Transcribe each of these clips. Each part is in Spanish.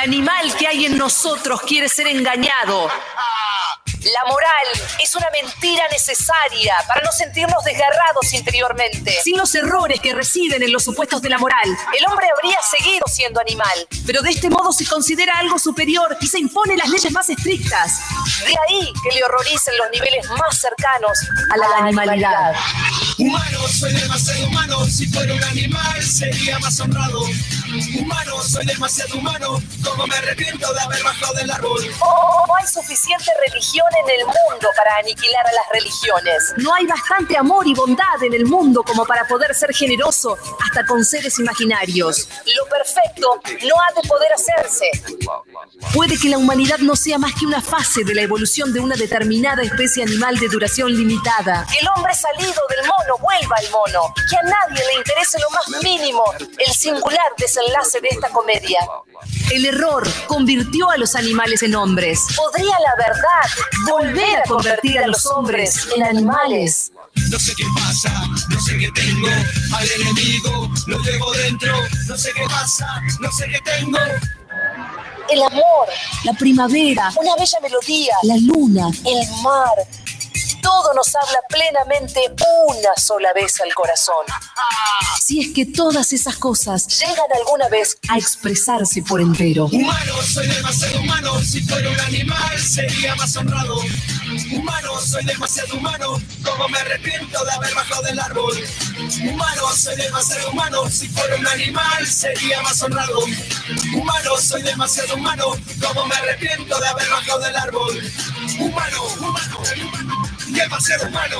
animal que hay en nosotros quiere ser engañado. La moral es una mentira necesaria para no sentirnos desgarrados interiormente. Sin los errores que residen en los supuestos de la moral, el hombre habría seguido siendo animal. Pero de este modo se considera algo superior y se imponen las leyes más estrictas. De ahí que le horroricen los niveles más cercanos a la animalidad. Humano, soy demasiado humano. Si fuera un animal sería más honrado. Humano, soy demasiado humano. Como me arrepiento de haber bajado del árbol. No hay suficiente religión en el mundo para aniquilar a las religiones. No hay bastante amor y bondad en el mundo como para poder ser generoso hasta con seres imaginarios. Lo perfecto no ha de poder hacerse. Puede que la humanidad no sea más que una fase de la evolución de una determinada especie animal de duración limitada. Que el hombre salido del mono vuelva al mono. Que a nadie le interese lo más mínimo el singular desenlace de esta comedia. El error convirtió a los animales en hombres. ¿Podría la verdad volver a convertir a los hombres en animales? No sé qué pasa, no sé qué tengo. Al enemigo lo llevo dentro. No sé qué pasa, no sé qué tengo. El amor, la primavera, una bella melodía, la luna, el mar. Todo nos habla plenamente una sola vez al corazón. Si es que todas esas cosas llegan alguna vez a expresarse por entero. Humano, soy demasiado humano. Si fuera un animal sería más honrado. Humano, soy demasiado humano. Como me arrepiento de haber bajado del árbol. Humano, soy demasiado humano. Si fuera un animal sería más honrado. Humano, soy demasiado humano. Como me arrepiento de haber bajado del árbol. Humano, humano, humano. Demasiado humano.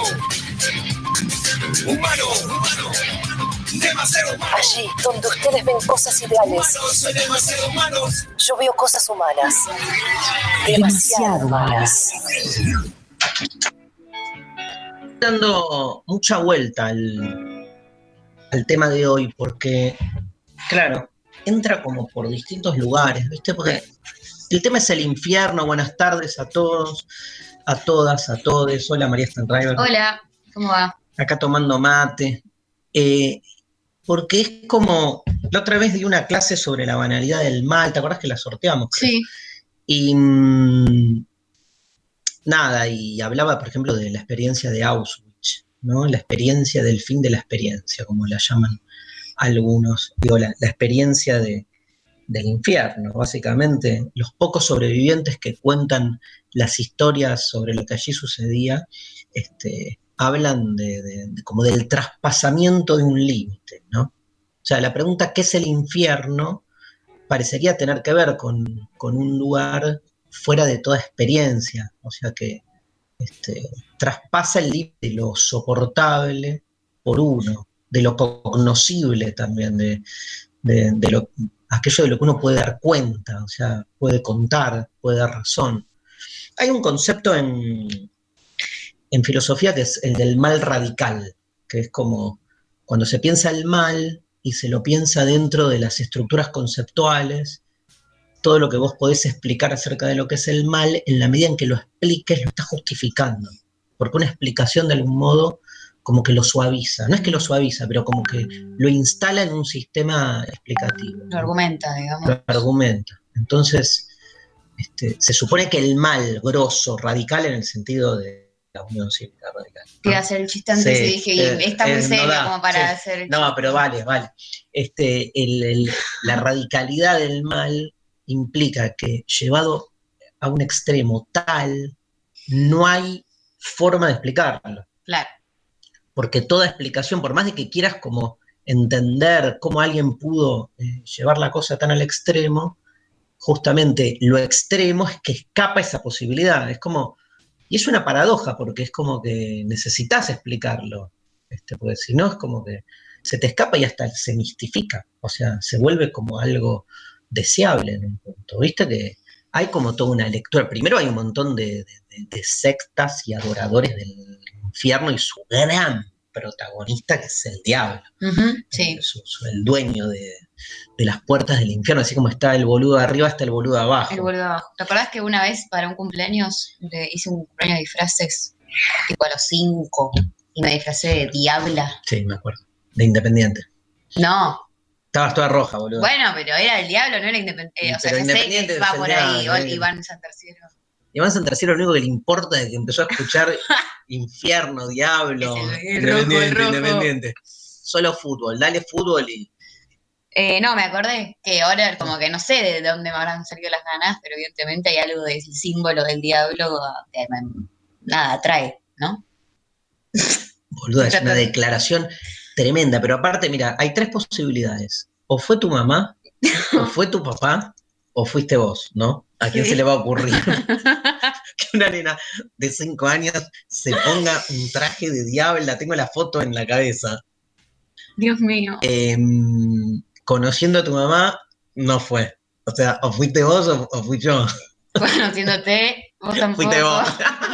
Humano, humano. Demasiado humano. Allí donde ustedes ven cosas ideales, Humano, soy demasiado humano. yo veo cosas humanas. Demasiado humanas. Dando mucha vuelta al tema de hoy porque, claro, entra como por distintos lugares, ¿viste? Porque el tema es el infierno. Buenas tardes a todos, a todas, a todes. Hola, María Stanriver. Hola, ¿cómo va? Acá tomando mate. Porque es como, la otra vez di una clase sobre la banalidad del mal, ¿te acuerdas que la sorteamos? Sí. Y nada, y hablaba, por ejemplo, de la experiencia de Auschwitz, ¿no? La experiencia del fin de la experiencia, como la llaman algunos. Digo, la experiencia del infierno, básicamente. Los pocos sobrevivientes que cuentan las historias sobre lo que allí sucedía, hablan como del traspasamiento de un límite, ¿no? O sea, la pregunta ¿qué es el infierno? Parecería tener que ver con un lugar fuera de toda experiencia, o sea que traspasa el límite de lo soportable por uno, de lo cognoscible también, de lo, aquello de lo que uno puede dar cuenta, o sea, puede contar, puede dar razón. Hay un concepto en filosofía que es el del mal radical, que es como cuando se piensa el mal y se lo piensa dentro de las estructuras conceptuales, todo lo que vos podés explicar acerca de lo que es el mal, en la medida en que lo expliques, lo estás justificando, porque una explicación de algún modo como que lo suaviza, no es que lo suaviza, pero como que lo instala en un sistema explicativo. Lo argumenta, digamos. Lo argumenta. Entonces, se supone que el mal grosso, radical en el sentido de la Unión Cívica Radical, ¿no? Te iba a hacer el chiste antes y dije, está muy serio no como para sí. hacer el No, chiste. pero vale. La radicalidad del mal implica que llevado a un extremo tal, no hay forma de explicarlo. Claro. Porque toda explicación, por más de que quieras como entender cómo alguien pudo llevar la cosa tan al extremo, justamente lo extremo es que escapa esa posibilidad. Es como, y es una paradoja, porque es como que necesitas explicarlo, porque si no es como que se te escapa y hasta se mistifica, o sea, se vuelve como algo deseable en un punto. Viste que hay como toda una lectura. Primero hay un montón de sectas y adoradores del infierno y su gran protagonista, que es el diablo. Uh-huh, sí. El dueño de las puertas del infierno, así como está el boludo de arriba, está el boludo de abajo. El boludo abajo. ¿Te acordás que una vez para un cumpleaños hice un cumpleaños de disfraces tipo a los 5 y me disfracé de diabla? Sí, me acuerdo. De Independiente. No, Estabas toda roja, boludo. Bueno, pero era el diablo, no era independiente. O sea, Pero ya sé Independiente que va por ahí, defendía, Iván Santerciero. Iván Santerciero lo único que le importa es que empezó a escuchar Infierno, Diablo, El rojo. Independiente. Solo fútbol, dale fútbol y... No, me acordé que ahora como que no sé de dónde me habrán salido las ganas, pero evidentemente hay algo del símbolo del diablo que nada atrae, ¿no? Boluda, es una declaración tremenda, pero aparte, mira, hay 3 posibilidades. O fue tu mamá, o fue tu papá, o fuiste vos, ¿no? ¿A quién se le va a ocurrir que una nena de 5 años se ponga un traje de diabla? Tengo la foto en la cabeza. Dios mío. Conociendo a tu mamá, no fue. O sea, o fuiste vos o fui yo. Conociéndote, vos tampoco. Fuiste vos.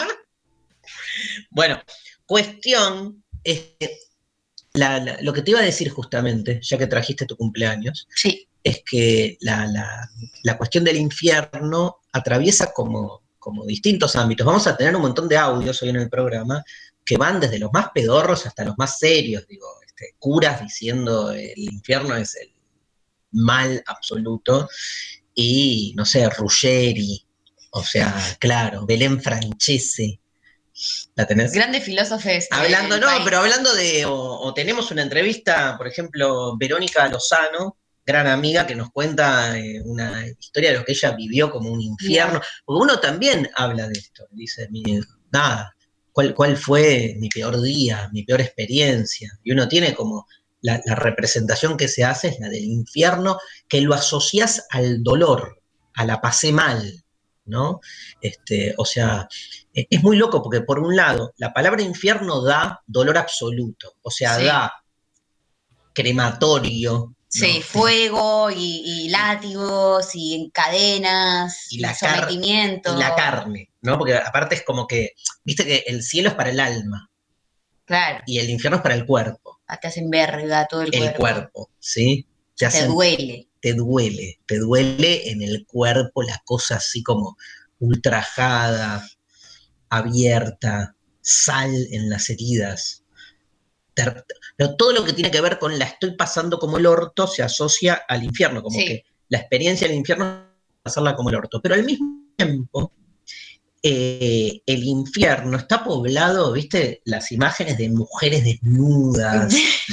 Bueno, cuestión es que lo que te iba a decir justamente, ya que trajiste tu cumpleaños, sí, es que la cuestión del infierno atraviesa como distintos ámbitos. Vamos a tener un montón de audios hoy en el programa que van desde los más pedorros hasta los más serios, digo, curas diciendo el infierno es el mal absoluto, y no sé, Ruggeri, o sea, claro, Belén Francese. ¿La tenés? Grandes filósofos. Hablando, no, país. Pero hablando de, o tenemos una entrevista, por ejemplo, Verónica Lozano, gran amiga, que nos cuenta una historia de lo que ella vivió como un infierno, porque uno también habla de esto, dice, nada, ¿cuál fue mi peor día, mi peor experiencia? Y uno tiene como, la representación que se hace es la del infierno, que lo asocias al dolor, a la pasé mal, ¿no? O sea, es muy loco porque por un lado, la palabra infierno da dolor absoluto, o sea, sí, da crematorio. Sí, ¿no? Fuego y látigos y cadenas y sometimiento. Y la carne, ¿no? Porque aparte es como que, viste que el cielo es para el alma. Claro. Y el infierno es para el cuerpo. Te hacen verga todo el cuerpo. El cuerpo, ¿sí? Te duele. Te duele en el cuerpo la cosa así como ultrajada, abierta, sal en las heridas. Pero todo lo que tiene que ver con la estoy pasando como el orto se asocia al infierno, como que la experiencia del infierno es pasarla como el orto. Pero al mismo tiempo, el infierno está poblado, ¿viste? Las imágenes de mujeres desnudas.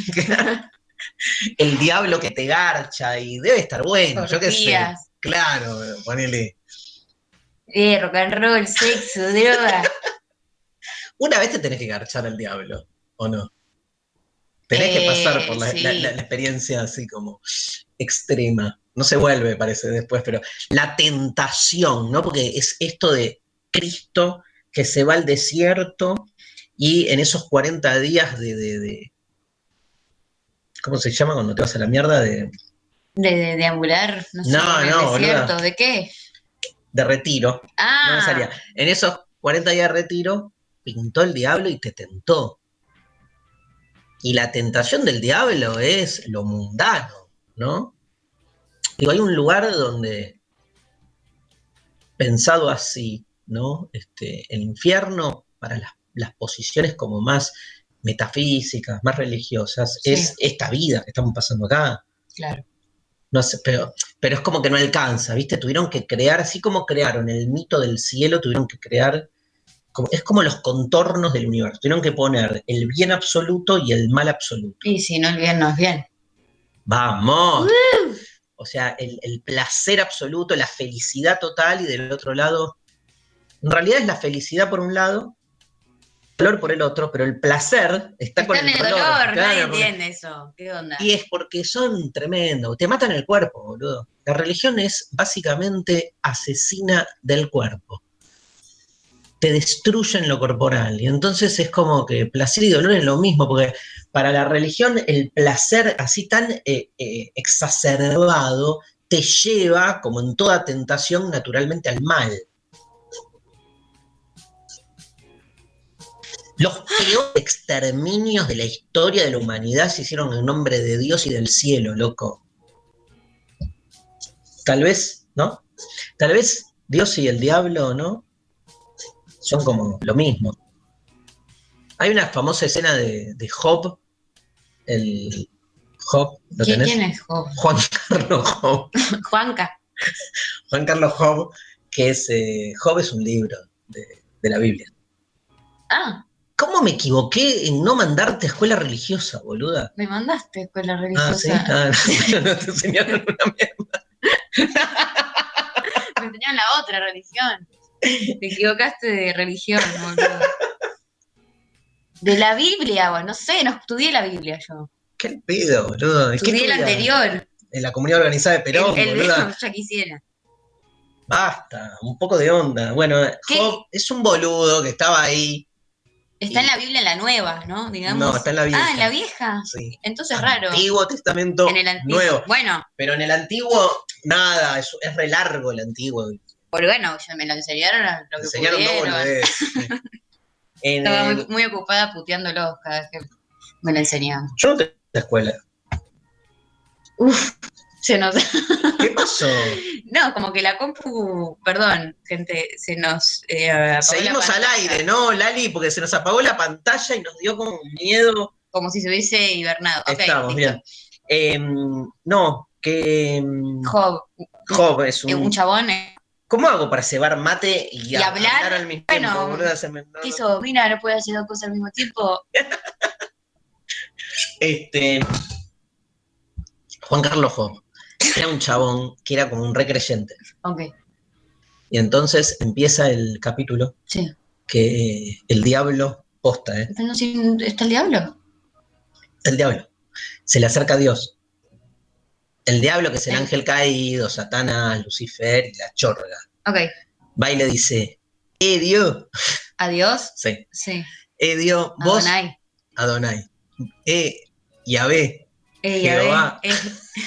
El diablo que te garcha y debe estar bueno, yo qué sé. Claro, ponele. Rock and roll, sexo, droga. Una vez te tenés que garchar al diablo, ¿o no? Tenés que pasar por la experiencia así como extrema. No se vuelve, parece, después, pero la tentación, ¿no? Porque es esto de Cristo que se va al desierto y en esos 40 días de ¿cómo se llama cuando te vas a la mierda? De deambular, no sé, no, en el desierto, boluda. ¿de qué? De retiro. Ah. No me salía. En esos 40 días de retiro, pintó el diablo y te tentó. Y la tentación del diablo es lo mundano, ¿no? Digo, hay un lugar donde, pensado así, ¿no? El infierno, para las posiciones como más metafísicas, más religiosas, es esta vida que estamos pasando acá. Claro. No sé, pero es como que no alcanza, ¿viste? Tuvieron que crear, así como crearon el mito del cielo, tuvieron que crear, es como los contornos del universo, tuvieron que poner el bien absoluto y el mal absoluto. Y si no, el bien no es bien. ¡Vamos! O sea, el placer absoluto, la felicidad total, y del otro lado, en realidad es la felicidad por un lado, el dolor por el otro, pero el placer está con el dolor. Claro, nadie entiende eso. ¿Qué onda? Y es porque son tremendos, te matan el cuerpo, boludo. La religión es básicamente asesina del cuerpo. Te destruyen lo corporal. Y entonces es como que placer y dolor es lo mismo, porque para la religión el placer así tan exacerbado te lleva, como en toda tentación, naturalmente al mal. Los peores exterminios de la historia de la humanidad se hicieron en nombre de Dios y del cielo, loco. Tal vez, ¿no? Tal vez Dios y el diablo, ¿no? Son como lo mismo. Hay una famosa escena de Job, Job, ¿lo tenés? ¿Quién es Job? Juan Carlos Job. Juanca. Juan Carlos Job, que es... Job es un libro de la Biblia. Ah, ¿Cómo me equivoqué en no mandarte a escuela religiosa, boluda? me mandaste a escuela Ah, ¿sí? religiosa. No te enseñaron una mierda. Me enseñaron la otra religión. Te equivocaste de religión, boludo. De la Biblia, no sé, no estudié la Biblia yo. ¿Qué pedo, boludo? ¿De qué Estudié el estudias? anterior. En la comunidad organizada de Perón, El boluda. ya quisiera. Basta, un poco de onda. Bueno, ¿Qué? Job es un boludo que estaba ahí. Está en la Biblia, en la nueva, ¿no? Digamos. No, está en la vieja. Ah, en la vieja. Sí. Entonces raro. Antiguo Testamento En el antiguo. nuevo. Bueno, Pero en el antiguo, nada, es re largo el antiguo. pero bueno, ya me lo enseñaron a lo Me que enseñaron dos pudieron. boludeces. En Estaba el- muy ocupada puteándolos cada vez que me lo enseñaban. Yo no tengo la escuela. Uf, se nos... ¿Qué pasó? No, como que la compu, perdón, gente, se nos... apagó Seguimos la al pantalla. aire, ¿no, Lali? Porque se nos apagó la pantalla y nos dio como miedo. Como si se hubiese hibernado. Ok, Estamos, listo. bien. No, que Job, Job es un un... chabón, ¿Cómo hago para cebar mate y hablar? al mismo Bueno, tiempo, boluda? Se me- no, ¿qué no. hizo? Mira, no puede hacer dos cosas al mismo tiempo. Juan Carlos Job era un chabón que era como un recreyente. Ok, Y entonces empieza el capítulo sí. que el diablo, posta, ¿No, ¿Está el diablo? el diablo, se le acerca a Dios. El diablo, que es el El- ángel caído, Satanás, Lucifer y la chorga. Ok, Va y le dice, Dios, adiós. sí, Sí, Dios, vos, Adonai. Adonai, Yahvé, Ya Jehová. ves,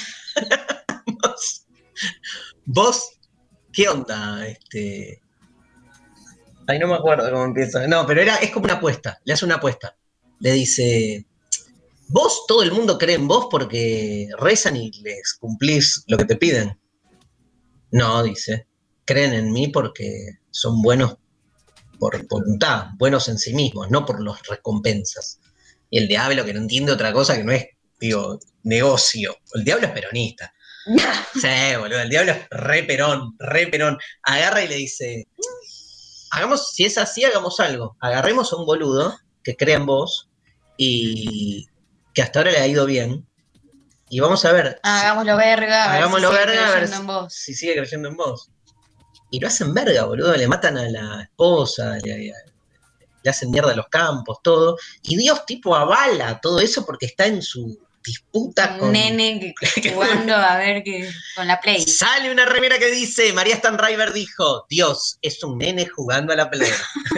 vos, ¿qué onda? Ay, no me acuerdo cómo empieza. No, pero es como una apuesta, le hace una apuesta. Le dice, vos, todo el mundo cree en vos porque rezan y les cumplís lo que te piden. No, dice, creen en mí porque son buenos por voluntad, buenos en sí mismos, no por las recompensas. Y el diablo, que no entiende otra cosa que no es, digo, negocio. El diablo es peronista. Sí, boludo, el diablo es re perón, re perón. Agarra y le dice, hagamos, si es así, hagamos algo. Agarremos a un boludo que crea en vos y que hasta ahora le ha ido bien. Y vamos a ver. hagámoslo verga, Hagámoslo a ver si verga, a ver creyendo en vos. si sigue creyendo en vos. Y lo hacen verga, boludo. Le matan a la esposa, le hacen mierda a los campos, todo. Y Dios, tipo, avala todo eso porque está en su disputa Un con. nene que jugando a ver que con la Play. Sale una remera que dice: María Stanriver dijo: Dios es un nene jugando a la Play.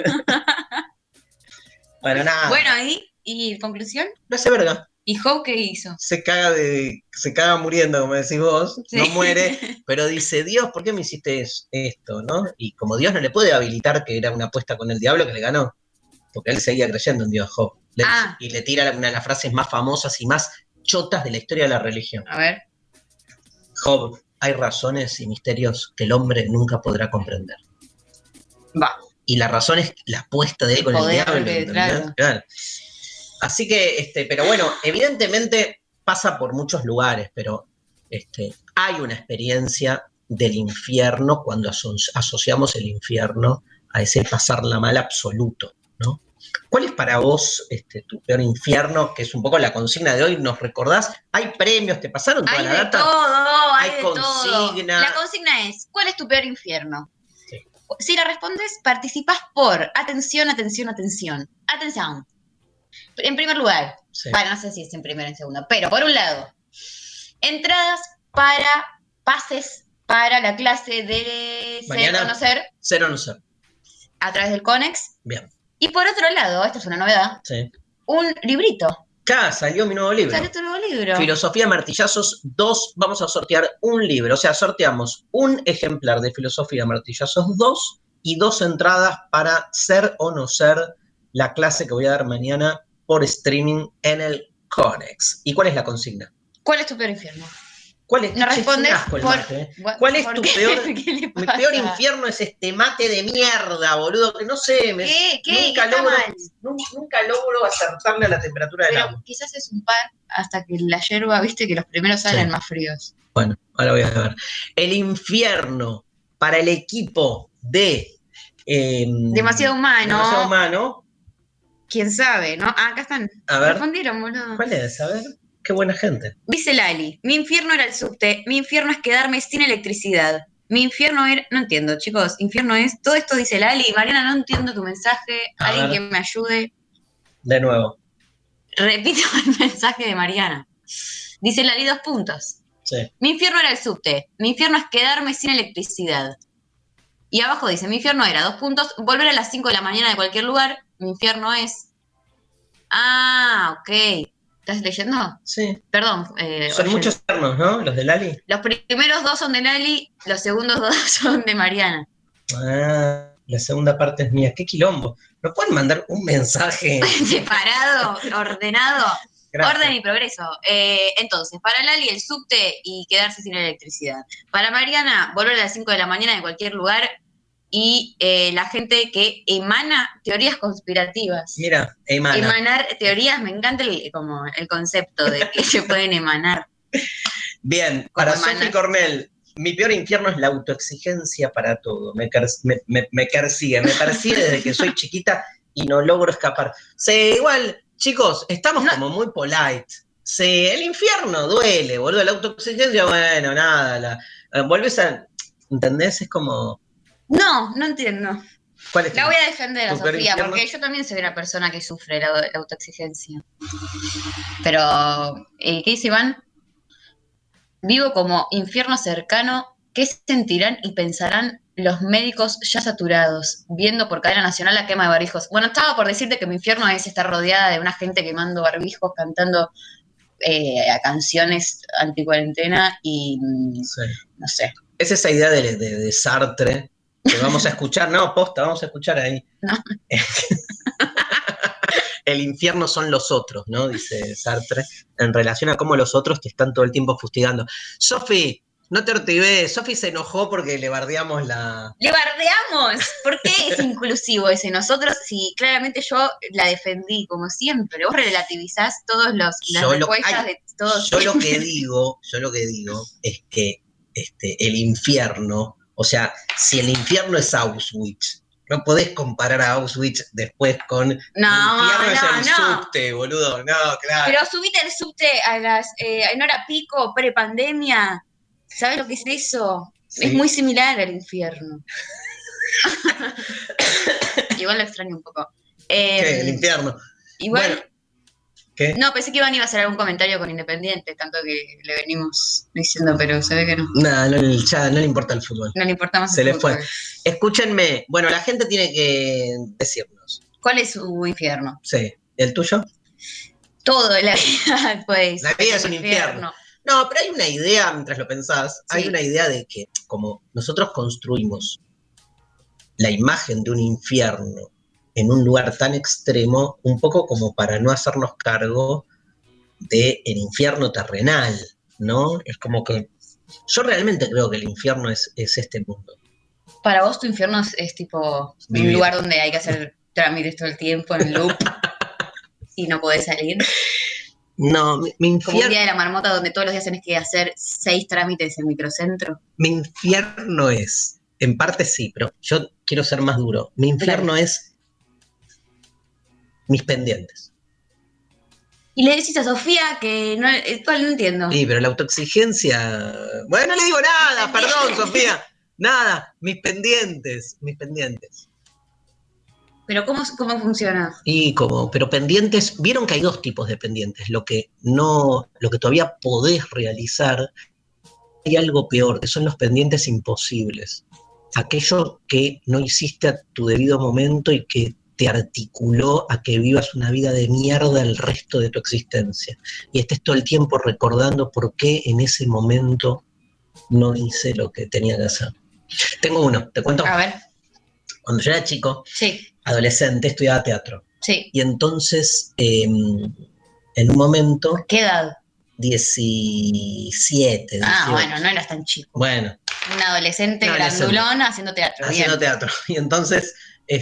Bueno, nada. Bueno, ¿y conclusión? Lo hace verga. ¿Y Job qué hizo? Se caga muriendo, como decís vos, Sí. no muere, pero dice, Dios, ¿por qué me hiciste esto? ¿No? Y como Dios no le puede habilitar que era una apuesta con el diablo que le ganó, porque él seguía creyendo en Dios, Job. Y le tira una de las frases más famosas y más chotas de la historia de la religión. A ver. Job, hay razones y misterios que el hombre nunca podrá comprender. Va. Y la razón es la apuesta de él con el Poder, diablo. porque, ¿entendés? Claro. Así que, pero bueno, evidentemente pasa por muchos lugares, pero hay una experiencia del infierno cuando asociamos el infierno a ese pasarla mal absoluto, ¿no? ¿Cuál es para vos tu peor infierno? Que es un poco la consigna de hoy, ¿nos recordás? ¿Hay premios? ¿Te pasaron toda Hay la de data? todo, hay de consigna. todo. La consigna es, ¿cuál es tu peor infierno? Sí. Si la respondes, participás por atención. Atención. En primer lugar, Sí. bueno, no sé si es en primero o en segundo, pero por un lado, entradas para pases para la clase de Mañana. conocer Cero no ser. a través del Conex. Bien. Y por otro lado, esto es una novedad, Sí. un librito. Acá salió mi nuevo libro. ¿Sale tu nuevo libro? Filosofía Martillazos 2, vamos a sortear un libro, o sea, sorteamos un ejemplar de Filosofía Martillazos 2 y 2 entradas para ser o no ser la clase que voy a dar mañana por streaming en el Conex. ¿Y cuál es la consigna? ¿Cuál es tu peor infierno? ¿Cuál es? No respondes asco el por- mate, por- ¿Cuál es ¿por tu qué? peor? ¿Qué le Mi pasa? peor infierno es este mate de mierda, boludo, que no sé, ¿Qué? nunca Está logro, mal. nunca logro acertarle a la temperatura del Pero agua. quizás es un par hasta que la yerba, viste, que los primeros salen Sí. más fríos. Bueno, ahora voy a ver. El infierno para el equipo de Demasiado humano. Demasiado humano. ¿Quién sabe, no? Ah, acá están. A ver. Respondieron, boludo. ¿Cuál es? A ver. Qué buena gente. Dice Lali, mi infierno era el subte, mi infierno es quedarme sin electricidad. Mi infierno era... No entiendo, chicos, infierno es... Todo esto dice Lali. Mariana, no entiendo tu mensaje. A Alguien ver. que me ayude. De nuevo. Repito el mensaje de Mariana. Dice Lali 2 puntos. Sí. Mi infierno era el subte. Mi infierno es quedarme sin electricidad. Y abajo dice, mi infierno era 2 puntos, volver a las 5 de la mañana de cualquier lugar. Mi infierno es... Ah, ok. ¿Estás leyendo? Sí. Perdón. Son oye, muchos infiernos, ¿no? Los de Lali. Los primeros 2 son de Lali, los segundos 2 son de Mariana. Ah, la segunda parte es mía. Qué quilombo. ¿No pueden mandar un mensaje? Separado, ordenado. Gracias. Orden y progreso. Entonces, para Lali el subte y quedarse sin electricidad. Para Mariana, volver a las 5 de la mañana de cualquier lugar y la gente que emana teorías conspirativas. Mira, emana. Emanar teorías, me encanta como el concepto de que se pueden emanar. Bien, para Como Sofi emanas. Cornell, mi peor infierno es la autoexigencia para todo. Me persigue desde que soy chiquita y no logro escapar. Sí, igual, chicos, estamos No. como muy polite. Sí, el infierno duele, boludo. La autoexigencia, bueno, nada. Vuelves a... ¿Entendés? Es como... No entiendo. ¿Cuál es La voy a defender a tu peor Sofía, infierno? porque yo también soy una persona que sufre la autoexigencia. Pero, ¿qué dice Iván? Vivo como infierno cercano. ¿Qué sentirán y pensarán los médicos ya saturados, viendo por cadena nacional la quema de barbijos? Bueno, estaba por decirte que mi infierno es estar rodeada de una gente quemando barbijos, cantando a canciones anticuarentena y Sí. no sé. Es esa idea de Sartre que vamos a escuchar. No, posta, vamos a escuchar ahí. No. El infierno son los otros, ¿no? Dice Sartre, en relación a cómo los otros te están todo el tiempo fustigando. Sofi, no te ortives. Sofi se enojó porque le bardeamos la... ¡Le bardeamos! ¿Por qué es inclusivo ese nosotros si claramente yo la defendí, como siempre? Vos relativizás todas las respuestas de todos. Yo lo que digo es que el infierno, o sea, si el infierno es Auschwitz, no podés comparar a Auschwitz después con el infierno es el subte, boludo. No, claro. Pero subite el subte a las en hora pico, prepandemia. ¿Sabes lo que es eso? Sí. Es muy similar al infierno. Igual lo extraño un poco. ¿Qué? El infierno. Igual. Bueno, ¿qué? No, pensé que Iván iba a hacer algún comentario con Independiente, tanto que le venimos diciendo, pero se ve que no. Ya no le importa el fútbol. No le importa más Se el le fútbol. fue. Escúchenme, bueno, la gente tiene que decirnos. ¿Cuál es su infierno? Sí, ¿el tuyo? Todo en la vida, pues. La vida es un infierno. No, pero hay una idea, mientras lo pensás, hay una idea de que como nosotros construimos la imagen de un infierno en un lugar tan extremo, un poco como para no hacernos cargo del infierno terrenal, ¿no? Es como que yo realmente creo que el infierno es este mundo. Para vos tu infierno es tipo Vivir. Un lugar donde hay que hacer trámites todo el tiempo en loop y no podés salir. No, mi Como un infierno, día de la marmota donde todos los días tenés que hacer 6 trámites en microcentro. mi infierno es, en parte sí, pero yo quiero ser más duro. Mi infierno es mis pendientes. Y le decís a Sofía que no, ¿cuál no entiendo? Sí, pero la autoexigencia... Bueno, no le digo nada, perdón, Sofía. Nada, mis pendientes. Pero ¿cómo funciona? Pero pendientes, vieron que hay dos tipos de pendientes. Lo que todavía podés realizar, hay algo peor, que son los pendientes imposibles. Aquello que no hiciste a tu debido momento y que te articuló a que vivas una vida de mierda el resto de tu existencia. Y estés todo el tiempo recordando por qué en ese momento no hice lo que tenía que hacer. Tengo uno, te cuento. A ver. Cuando yo era chico, Sí, adolescente, estudiaba teatro. sí. Y entonces, en un momento, ¿Qué edad? 17. Ah, 18. bueno, no eras tan chico. Bueno. Un adolescente grandulón haciendo teatro. Haciendo teatro. Y entonces,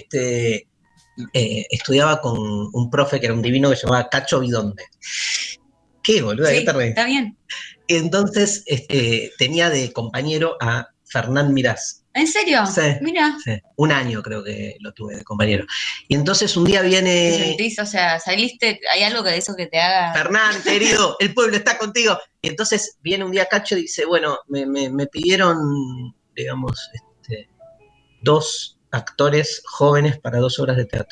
estudiaba con un profe que era un divino que se llamaba Cacho Vidonde. ¿Qué, boluda? Sí, ¿Qué te reís? está bien. Y entonces tenía de compañero a Fernán Mirás. ¿En serio? Sí. Mira. Sí. Un año creo que lo tuve de compañero. Y entonces un día viene... ¿Te sentís, o sea, saliste, hay algo de eso que te haga... Fernán, querido, el pueblo está contigo. Y entonces viene un día Cacho y dice, bueno, me pidieron, digamos, 2 actores jóvenes para 2 obras de teatro.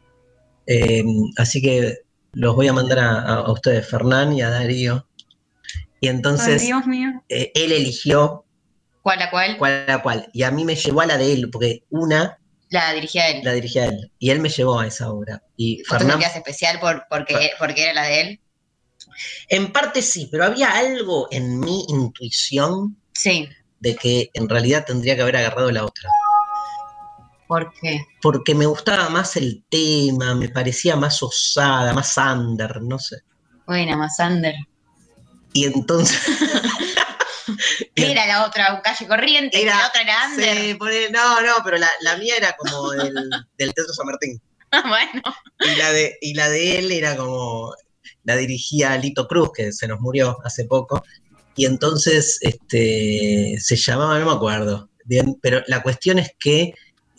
Así que los voy a mandar a ustedes, Fernán y a Darío. Y entonces, Ay, Dios mío. Él eligió ¿Cuál a cuál? cuál a cuál. Y a mí me llevó a la de él, porque una La dirigía él. la dirigía él. Y él me llevó a esa obra. Y ¿Vos te sentías especial porque era la de él? En parte sí, pero había algo en mi intuición Sí. de que en realidad tendría que haber agarrado la otra. ¿Por qué? Porque me gustaba más el tema, me parecía más osada, más under, no sé. Buena, más under. Y entonces... ¿Qué era la otra? ¿Calle Corriente? ¿La otra era under? Sí, no, pero la mía era como del Teatro San Martín. Bueno. Y la de él era como... La dirigía Lito Cruz, que se nos murió hace poco. Y entonces se llamaba, no me acuerdo bien, pero la cuestión es que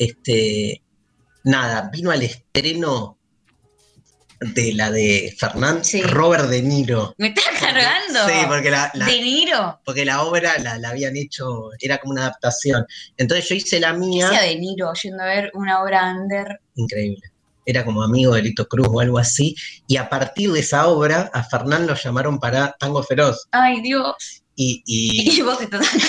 vino al estreno de la de Fernán, sí. Robert De Niro. ¿Me estás cargando? Sí, porque ¿De Niro? Porque la obra la habían hecho, era como una adaptación. Entonces yo hice la mía. ¿Qué hacía De Niro yendo a ver una obra under? Increíble. Era como amigo de Lito Cruz o algo así. Y a partir de esa obra, a Fernán lo llamaron para Tango Feroz. ¡Ay, Dios! Y vos estás acá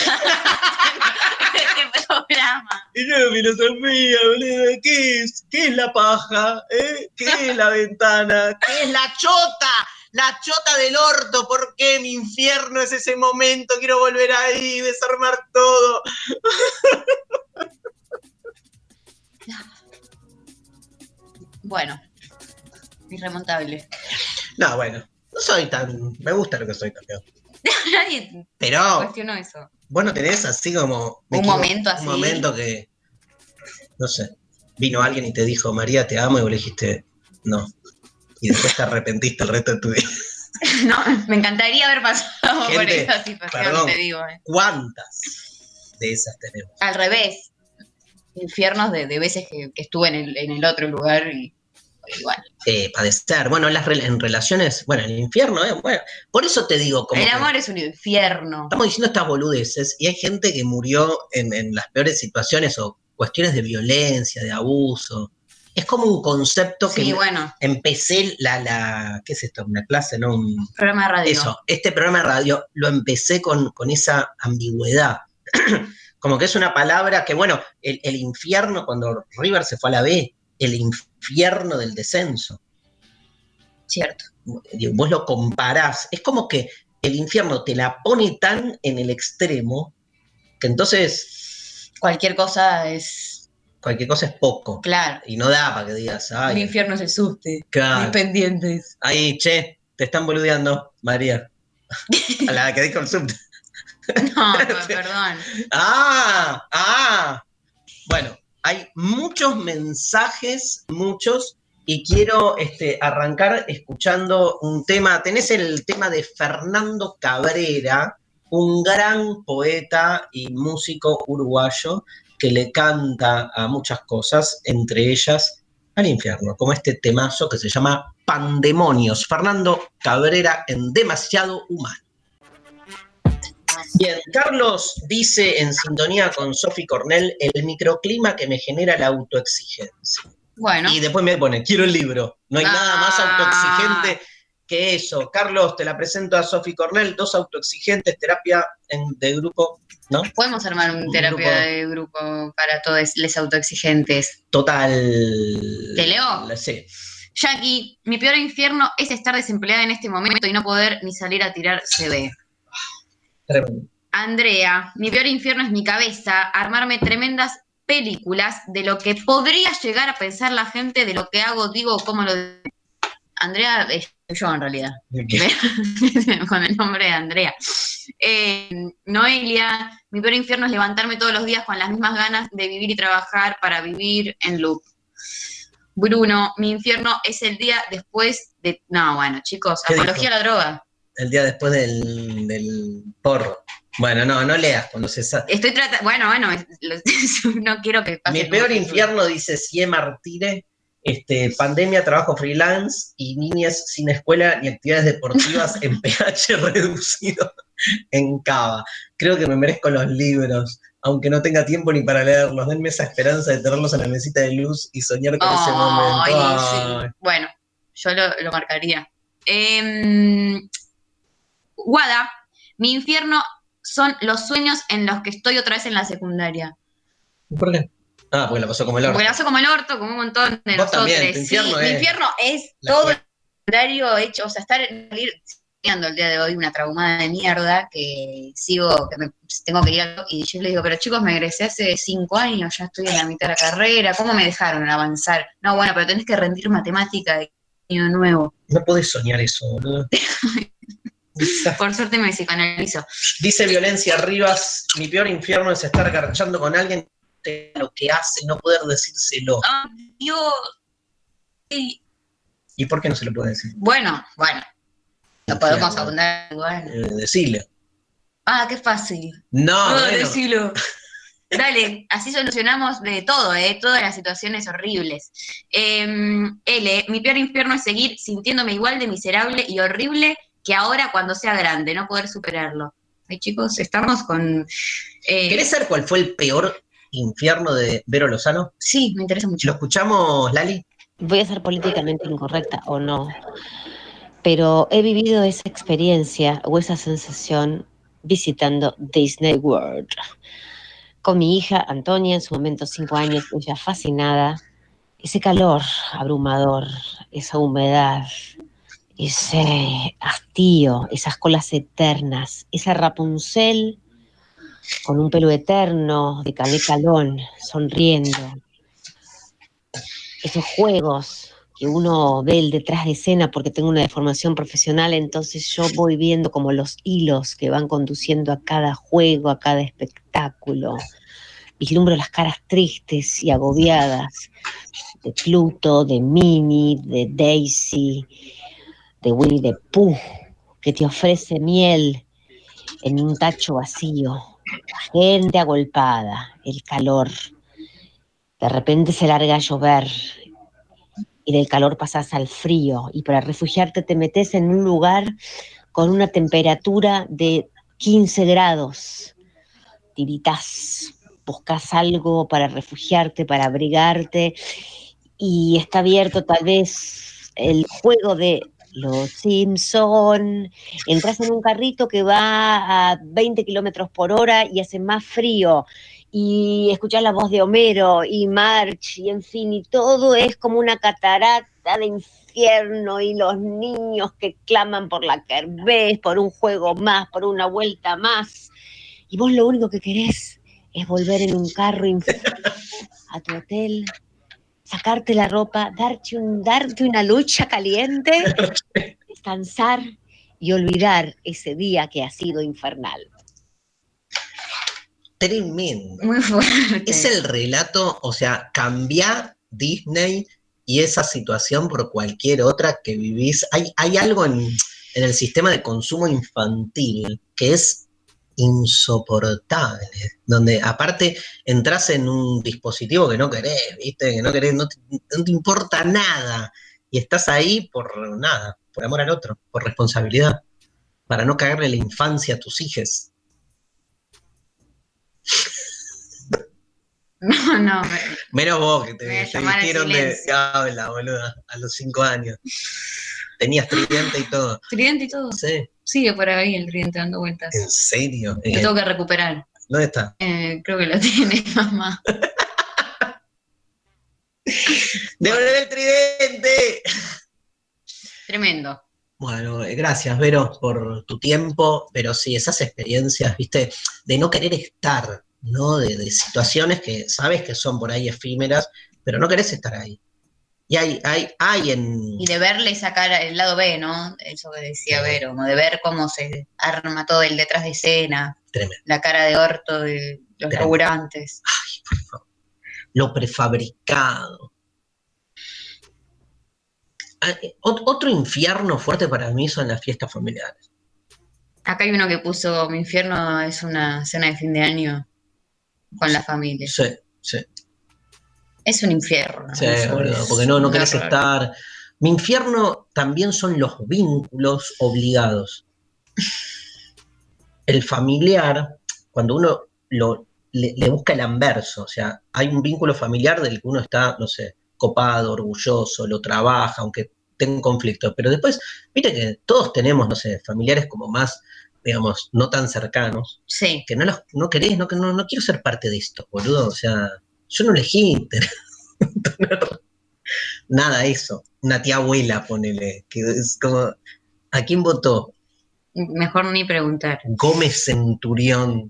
en este programa. Y yo, filosofía, boludo, ¿qué es la paja? ¿Qué es la ventana? ¿Qué es la chota? La chota del orto. ¿Por qué mi infierno es ese momento? Quiero volver ahí, desarmar todo. Bueno, irremontable. No, bueno, no soy tan... Me gusta lo que soy también. Nadie cuestionó eso. Vos no tenés así como... Un momento así. Un momento que... No sé. Vino alguien y te dijo, María, te amo, y vos le dijiste, no. Y después te arrepentiste el resto de tu vida. No, me encantaría haber pasado por esa situación, perdón, te digo. ¿Cuántas de esas tenemos? Al revés. Infiernos de veces que estuve en el otro lugar y igual. Padecer. Bueno, en relaciones, bueno, el infierno, bueno, por eso te digo como el amor es un infierno. Estamos diciendo estas boludeces y hay gente que murió en las peores situaciones o cuestiones de violencia, de abuso. Es como un concepto sí, que bueno. Empecé ¿qué es esto? Una clase, ¿no? Un programa de radio. Eso, este programa de radio lo empecé con esa ambigüedad. Como que es una palabra que, bueno, el infierno, cuando River se fue a la B, el infierno del descenso. Cierto. Vos lo comparás. Es como que el infierno te la pone tan en el extremo que entonces... Cualquier cosa es poco. Claro. Y no da para que digas, ay. El infierno es el subte. Claro. Mis pendientes. Ahí, che, te están boludeando, María. A la que dijo el subte. No, perdón. Bueno, hay muchos mensajes, y quiero arrancar escuchando un tema. Tenés el tema de Fernando Cabrera, un gran poeta y músico uruguayo que le canta a muchas cosas, entre ellas al infierno, como este temazo que se llama Pandemonios. Fernando Cabrera en Demasiado Humano. Bien, Carlos dice en sintonía con Sofi Cornell, el microclima que me genera la autoexigencia. Bueno. Y después me pone, quiero el libro. No hay nada más autoexigente que eso. Carlos, te la presento a Sofi Cornell, 2 autoexigentes, terapia de grupo, ¿no? Podemos armar una terapia de grupo para todos los autoexigentes. Total. ¿Te leo? Sí. Jackie, mi peor infierno es estar desempleada en este momento y no poder ni salir a tirar CV. Tremendo. Andrea, mi peor infierno es mi cabeza, armarme tremendas películas de lo que podría llegar a pensar la gente, de lo que hago, digo, cómo lo... Andrea yo en realidad, con el nombre de Andrea. Noelia, mi peor infierno es levantarme todos los días con las mismas ganas de vivir y trabajar para vivir en loop. Bruno, mi infierno es el día después de... No, bueno, chicos, apología a la droga. El día después del porro. Bueno, no leas cuando se sabe. Estoy tratando... Bueno, no quiero que pase... Mi peor infierno, dice Sie Martire, pandemia, trabajo freelance y niñas sin escuela ni actividades deportivas en pH reducido en Cava. Creo que me merezco los libros, aunque no tenga tiempo ni para leerlos. Denme esa esperanza de tenerlos en la mesita de luz y soñar con ese momento. Sí. Bueno, yo lo marcaría. Guada, mi infierno son los sueños en los que estoy otra vez en la secundaria. ¿Por qué? Ah, porque la pasó como el orto. Porque la pasó como el orto, como un montón de nosotros. También, mi infierno es todo el secundario hecho, o sea, estudiando el día de hoy una traumada de mierda que tengo que ir y yo le digo, pero chicos, me egresé hace 5 años, ya estoy en la mitad de la carrera, ¿cómo me dejaron avanzar? No, bueno, pero tenés que rendir matemática de año nuevo. No podés soñar eso, boludo. Por suerte me psicoanalizo. Dice Violencia Rivas, mi peor infierno es estar garchando con alguien lo que hace, no poder decírselo. ¡Ay, Dios! Sí. ¿Y por qué no se lo puede decir? Bueno, lo podemos abundar igual. Decirle. Ah, qué fácil. No, decilo. Dale, así solucionamos de todo, todas las situaciones horribles. Mi peor infierno es seguir sintiéndome igual de miserable y horrible que ahora cuando sea grande, no poder superarlo. Ay, chicos, estamos con... ¿Querés saber cuál fue el peor infierno de Vero Lozano? Sí, me interesa mucho. ¿Lo escuchamos, Lali? Voy a ser políticamente incorrecta o no, pero he vivido esa experiencia o esa sensación visitando Disney World. Con mi hija Antonia, en su momento 5 años, ella fascinada. Ese calor abrumador, esa humedad, ese hastío, esas colas eternas, esa Rapunzel con un pelo eterno de Cané Calón, sonriendo. Esos juegos que uno ve el detrás de escena porque tengo una deformación profesional, entonces yo voy viendo como los hilos que van conduciendo a cada juego, a cada espectáculo. Vislumbro las caras tristes y agobiadas de Pluto, de Minnie, de Daisy, de Winnie the Pooh, que te ofrece miel en un tacho vacío, gente agolpada, el calor. De repente se larga a llover y del calor pasas al frío y para refugiarte te metes en un lugar con una temperatura de 15 grados. Tiritas, buscas algo para refugiarte, para abrigarte y está abierto tal vez el juego de Los Simpson, entras en un carrito que va a 20 kilómetros por hora y hace más frío y escuchás la voz de Homero y Marge y en fin, y todo es como una catarata de infierno y los niños que claman por la kermés, por un juego más, por una vuelta más y vos lo único que querés es volver en un carro a tu hotel, sacarte la ropa, darte una lucha caliente, descansar y olvidar ese día que ha sido infernal. Tremendo. Muy fuerte. Es el relato, o sea, cambiar Disney y esa situación por cualquier otra que vivís. Hay algo en el sistema de consumo infantil que es insoportable, donde aparte entras en un dispositivo que no querés, ¿viste? Que no querés, no te importa nada, y estás ahí por nada, por amor al otro, por responsabilidad, para no cagarle la infancia a tus hijos. No. Menos vos, que te vistieron de habla, boluda, a los 5 años. Tenías tridente y todo. ¿Tridente y todo? Sí. Sigue por ahí el tridente dando vueltas. ¿En serio? Lo tengo que recuperar. ¿Dónde está? Creo que lo tiene mamá. ¡Devolver el tridente! Tremendo. Bueno, gracias, Vero, por tu tiempo, pero sí, esas experiencias, viste, de no querer estar, ¿no? De situaciones que sabes que son por ahí efímeras, pero no querés estar ahí. Y hay en... Y de verle sacar el lado B, ¿no? Eso que decía Vero, como de ver cómo se arma todo el detrás de escena, Tremendo. la cara de orto de los Tremendo. laburantes. Ay, por favor. Lo prefabricado. Otro infierno fuerte para mí son las fiestas familiares. Acá hay uno que puso: mi infierno es una cena de fin de año con la familia. Sí, sí. Es un infierno. Sí, eso boludo, es porque no un querés horror. estar. Mi infierno también son los vínculos obligados. El familiar, cuando uno le busca el anverso, o sea, hay un vínculo familiar del que uno está, no sé, copado, orgulloso, lo trabaja, aunque tenga un conflicto, pero después, viste que todos tenemos, no sé, familiares como más, digamos, no tan cercanos, Sí. que no querés, no quiero ser parte de esto, boludo, o sea, yo no elegí tener nada eso, una tía abuela, ponele, que es como, ¿a quién votó? Mejor ni preguntar. Gómez Centurión.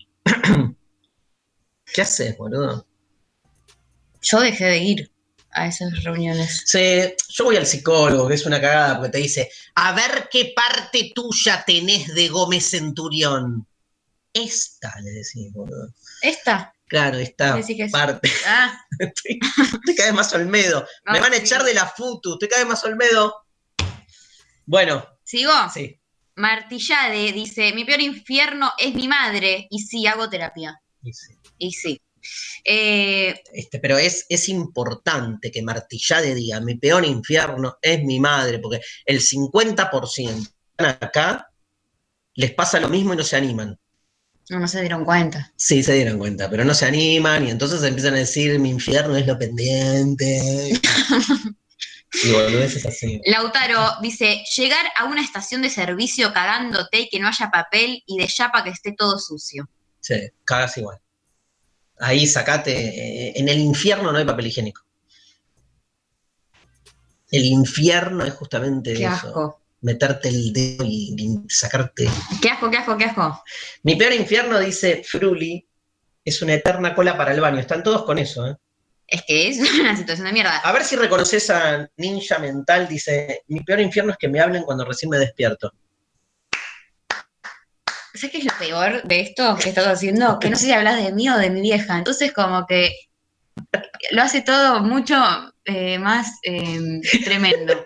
¿Qué haces, boludo? Yo dejé de ir a esas reuniones. Sí, yo voy al psicólogo, que es una cagada, porque te dice, a ver qué parte tuya tenés de Gómez Centurión. Esta, le decís, boludo. ¿Esta? Claro, esta Decí que es- parte. Ah, Estoy cada vez más Olmedo. No, Me van a sí. echar de la FUTU. Estoy cada vez más Olmedo. Bueno, ¿sigo? sí. Martillade dice: mi peor infierno es mi madre. Y sí, hago terapia. Y sí. Y sí. Pero es importante que Martillade diga, mi peor infierno es mi madre, porque el 50% acá les pasa lo mismo y no se animan. No se dieron cuenta. Sí, se dieron cuenta, pero no se animan y entonces empiezan a decir, mi infierno es lo pendiente. Y boludeces así. Lautaro dice: llegar a una estación de servicio cagándote y que no haya papel y de chapa que esté todo sucio. Sí, cagas igual. Ahí sacate, en el infierno no hay papel higiénico. El infierno es justamente Qué eso. asco. Meterte el dedo y sacarte. Qué asco, qué asco, qué asco. Mi peor infierno, dice Fruli, es una eterna cola para el baño. Están todos con eso, ¿eh? Es que es una situación de mierda. A ver si reconoces a Ninja Mental, dice, mi peor infierno es que me hablen cuando recién me despierto. ¿Sabes qué es lo peor de esto que estás haciendo? Que no sé si hablas de mí o de mi vieja. Entonces como que lo hace todo mucho más tremendo.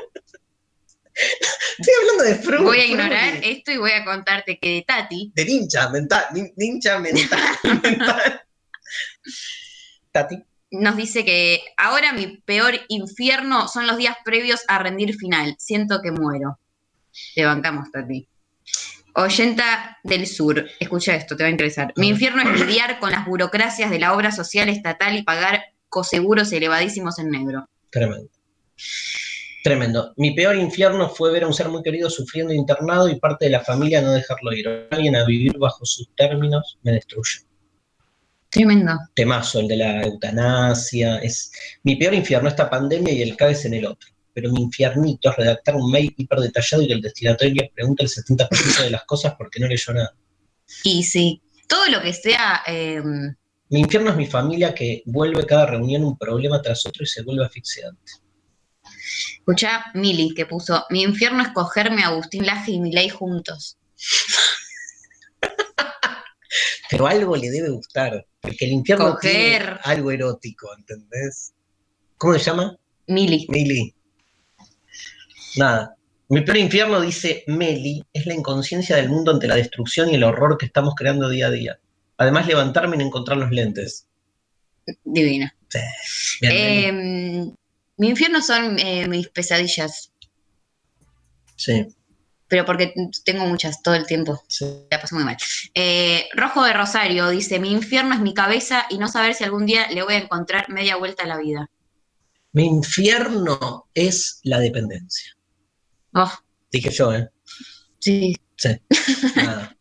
Estoy hablando de Fruli. Voy a ignorar esto y voy a contarte que de Tati, De Ninja Mental. Ninja Mental. Tati. nos dice que ahora mi peor infierno son los días previos a rendir final. Siento que muero. Te bancamos, Tati. Oyenta del Sur, escucha esto, te va a interesar. Mi infierno es lidiar con las burocracias de la obra social estatal y pagar coseguros elevadísimos en negro. Tremendo. Tremendo. Mi peor infierno fue ver a un ser muy querido sufriendo internado y parte de la familia no dejarlo ir. Alguien a vivir bajo sus términos me destruye. Tremendo. Temazo, el de la eutanasia. Es mi peor infierno, esta pandemia y el caes en el otro. Pero mi infiernito es redactar un mail hiper detallado y que el destinatario pregunte el 70% de las cosas porque no leyó nada. Y sí, todo lo que sea... Mi infierno es mi familia que vuelve cada reunión un problema tras otro y se vuelve asfixiante. Escuchá Mili, que puso: mi infierno es cogerme a Agustín Laje y Milei juntos. Pero algo le debe gustar, porque el infierno Coger. tiene algo erótico, ¿entendés? ¿Cómo se llama? Mili. Mili. Nada. Mi peor infierno, dice Meli, es la inconsciencia del mundo ante la destrucción y el horror que estamos creando día a día. Además, levantarme y no encontrar los lentes. Divina. Sí. Bien, Meli. Mi infierno son mis pesadillas, Sí, pero porque tengo muchas todo el tiempo. sí. La paso muy mal. Rojo de Rosario dice: mi infierno es mi cabeza y no saber si algún día le voy a encontrar media vuelta a la vida. Mi infierno es la dependencia. Oh, Dije yo, ¿eh? sí. Sí. Nada.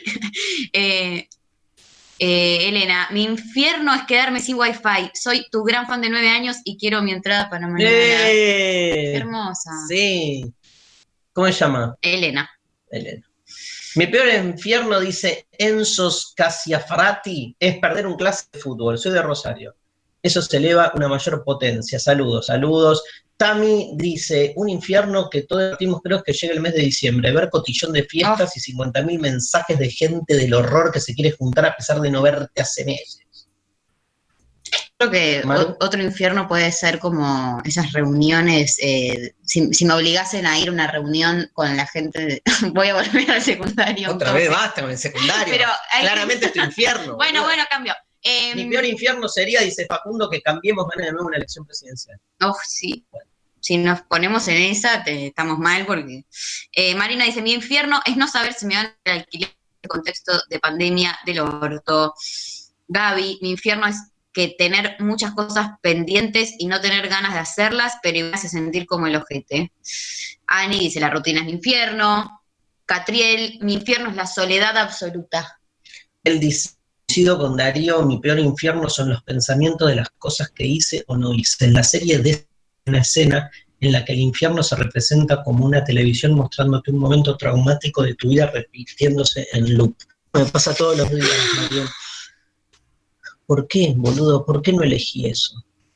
Elena, mi infierno es quedarme sin wifi. Soy tu gran fan de 9 años y quiero mi entrada para mañana. Qué hermosa. Sí. ¿Cómo se llama? Elena. Mi peor infierno, dice Enzo Scasiafarati, es perder un clase de fútbol. Soy de Rosario. eso se eleva una mayor potencia. Saludos, saludos. Tami dice, un infierno que todos partimos, creo que llega el mes de diciembre, ver cotillón de fiestas y 50.000 mensajes de gente del horror que se quiere juntar a pesar de no verte hace meses. Creo que otro infierno puede ser como esas reuniones, si me obligasen a ir a una reunión con la gente, voy a volver al secundario. Otra vez basta con el secundario. Pero claramente es tu infierno. Bueno, cambio. Mi peor infierno sería, dice Facundo, que cambiemos ganas de nuevo una elección presidencial. Sí. Bueno. Si nos ponemos en esa, estamos mal porque... Marina dice, mi infierno es no saber si me van a alquilar en el contexto de pandemia del orto. Gaby, mi infierno es que tener muchas cosas pendientes y no tener ganas de hacerlas, pero me hace sentir como el ojete. Ani dice, la rutina es mi infierno. Catriel, mi infierno es la soledad absoluta. Él dice, coincido con Darío, mi peor infierno son los pensamientos de las cosas que hice o no hice. En la serie de una escena en la que el infierno se representa como una televisión mostrándote un momento traumático de tu vida repitiéndose en loop. Me pasa todos los días, Mariel. ¿Por qué, boludo? ¿Por qué no elegí eso?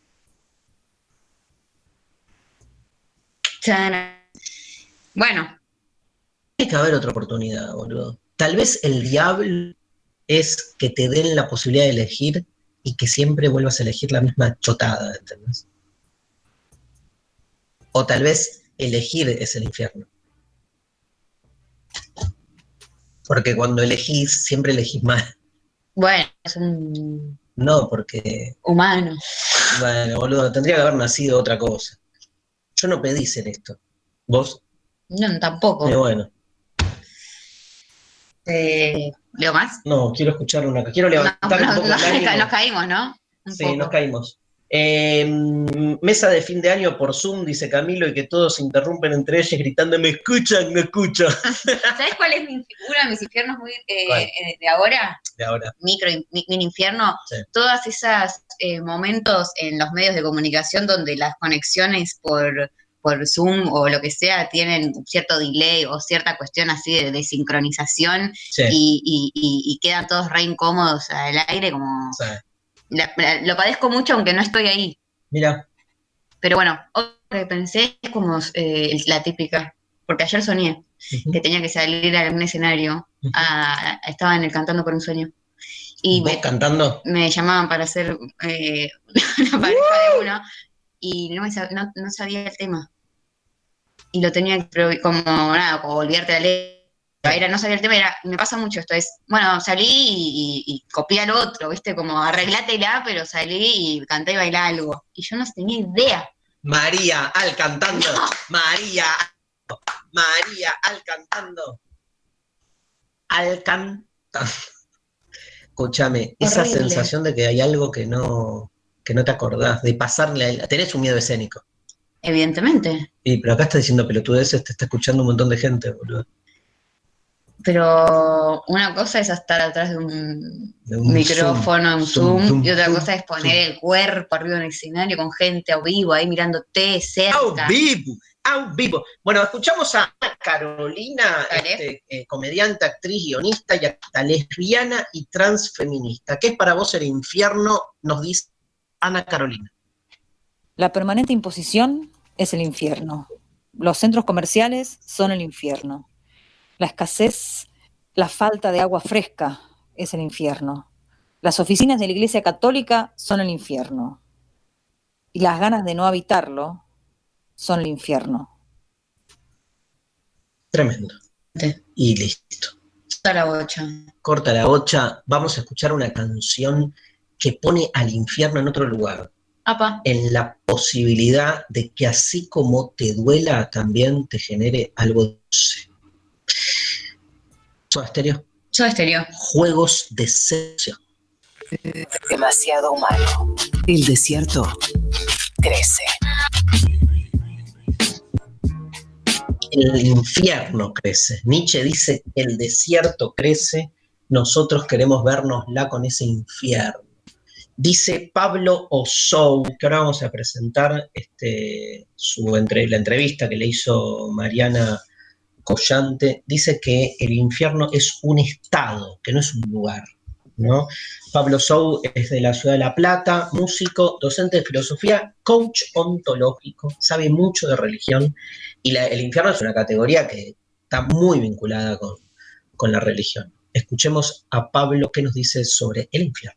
Bueno. Tiene que haber otra oportunidad, boludo. Tal vez el diablo es que te den la posibilidad de elegir y que siempre vuelvas a elegir la misma chotada, ¿entendés? O tal vez elegir es el infierno. Porque cuando elegís, siempre elegís mal. Bueno, es un... No, porque... humano. Bueno, boludo, tendría que haber nacido otra cosa. Yo no pedí ser esto. ¿Vos? No, tampoco. Bueno. ¿Leo más? No, quiero escuchar una... Quiero levantar un poco el ánimo. Nos caímos, ¿no? Sí, nos caímos. Mesa de fin de año por Zoom, dice Camilo, y que todos se interrumpen entre ellos gritando, me escuchan, me escuchan. ¿Sabes cuál es uno de mis infiernos muy de ahora? De ahora. Mini infierno. Sí. Todos esos momentos en los medios de comunicación donde las conexiones por Zoom o lo que sea tienen cierto delay o cierta cuestión así de sincronización, sí. y quedan todos re incómodos al aire como... Sí. Lo padezco mucho aunque no estoy ahí. Mira. Pero bueno, otra que pensé es como la típica, porque ayer soñé que tenía que salir a un escenario, estaba en el Cantando por un Sueño. Y ¿Vos cantando? Me llamaban para hacer una pareja de uno y no sabía el tema. Y lo tenía como olvidarte la letra. No sabía el tema, me pasa mucho esto, bueno, salí y copié al otro, ¿viste? Como arreglátela, pero salí y canté y bailé algo. Y yo no tenía idea. María, al cantando. No. María, al cantando. Al cantando. Escúchame, esa sensación de que hay algo que no te acordás, de pasarle a... Tenés un miedo escénico. Evidentemente. Pero acá está diciendo pelotudeces, te está escuchando un montón de gente, boludo. Pero una cosa es estar atrás de un micrófono, un Zoom, y otra cosa es poner el cuerpo arriba en el escenario con gente a vivo, ahí mirándote cerca. ¡Au vivo! Bueno, escuchamos a Ana Carolina, comediante, actriz, guionista y hasta lesbiana y transfeminista. ¿Qué es para vos el infierno? Nos dice Ana Carolina. La permanente imposición es el infierno. Los centros comerciales son el infierno. La escasez, la falta de agua fresca es el infierno. Las oficinas de la Iglesia Católica son el infierno. Y las ganas de no habitarlo son el infierno. Tremendo. Sí. Y listo. Corta la bocha. Corta la bocha. Vamos a escuchar una canción que pone al infierno en otro lugar. Apa. En la posibilidad de que así como te duela, también te genere algo dulce. Soda Stereo. Soda Stereo. Juegos de sexo. Demasiado humano. El desierto crece. El infierno crece. Nietzsche dice, el desierto crece, nosotros queremos vernosla con ese infierno. Dice Pablo Ossou, que ahora vamos a presentar la entrevista que le hizo Mariana Collante, dice que el infierno es un estado, que no es un lugar. ¿no? Pablo Sou es de la ciudad de La Plata, músico, docente de filosofía, coach ontológico, sabe mucho de religión, y el infierno es una categoría que está muy vinculada con la religión. Escuchemos a Pablo qué nos dice sobre el infierno.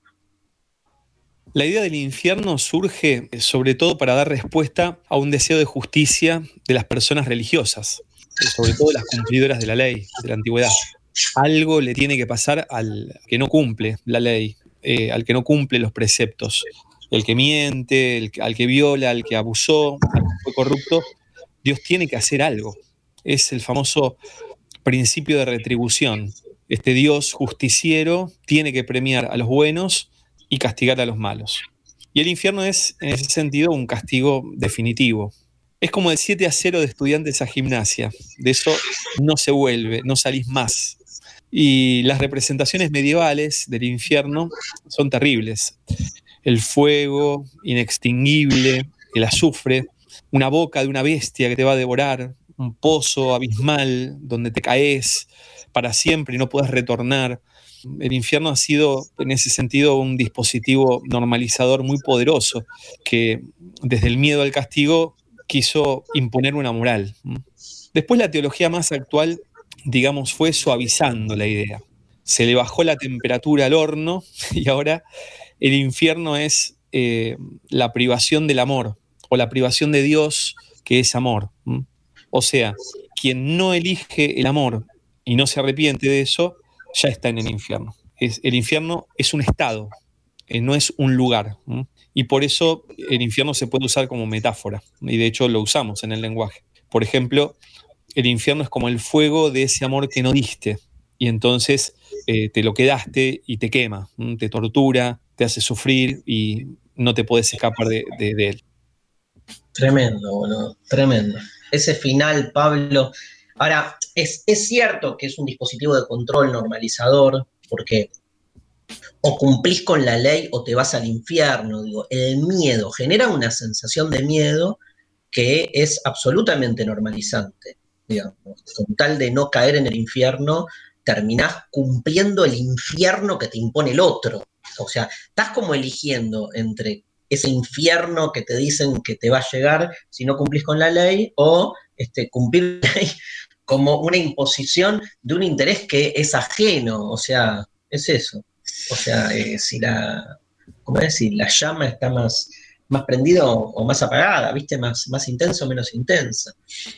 La idea del infierno surge sobre todo para dar respuesta a un deseo de justicia de las personas religiosas, sobre todo las cumplidoras de la ley de la antigüedad. Algo le tiene que pasar al que no cumple la ley, al que no cumple los preceptos. El que miente, al que viola, al que abusó, al que fue corrupto, Dios tiene que hacer algo. Es el famoso principio de retribución. Este Dios justiciero tiene que premiar a los buenos y castigar a los malos. Y el infierno es, en ese sentido, un castigo definitivo. Es como el 7-0 de Estudiantes a Gimnasia. De eso no se vuelve, no salís más. Y las representaciones medievales del infierno son terribles. El fuego inextinguible, el azufre, una boca de una bestia que te va a devorar, un pozo abismal donde te caes para siempre y no puedes retornar. El infierno ha sido, en ese sentido, un dispositivo normalizador muy poderoso que, desde el miedo al castigo, quiso imponer una moral. Después, la teología más actual, digamos, fue suavizando la idea. Se le bajó la temperatura al horno y ahora el infierno es la privación del amor o la privación de Dios, que es amor. O sea, quien no elige el amor y no se arrepiente de eso, ya está en el infierno. El infierno es un estado, no es un lugar. Y por eso el infierno se puede usar como metáfora, y de hecho lo usamos en el lenguaje. Por ejemplo, el infierno es como el fuego de ese amor que no diste, y entonces te lo quedaste y te quema, te tortura, te hace sufrir y no te puedes escapar de él. Tremendo, boludo, tremendo. Ese final, Pablo. Ahora, es cierto que es un dispositivo de control normalizador, porque o cumplís con la ley o te vas al infierno. Digo, el miedo genera una sensación de miedo que es absolutamente normalizante. Digamos, con tal de no caer en el infierno, terminás cumpliendo el infierno que te impone el otro. O sea, estás como eligiendo entre ese infierno que te dicen que te va a llegar si no cumplís con la ley, o cumplir la ley como una imposición de un interés que es ajeno. O sea, es eso. O sea, si la llama está más prendida o más apagada, ¿viste? Más intensa o menos intensa.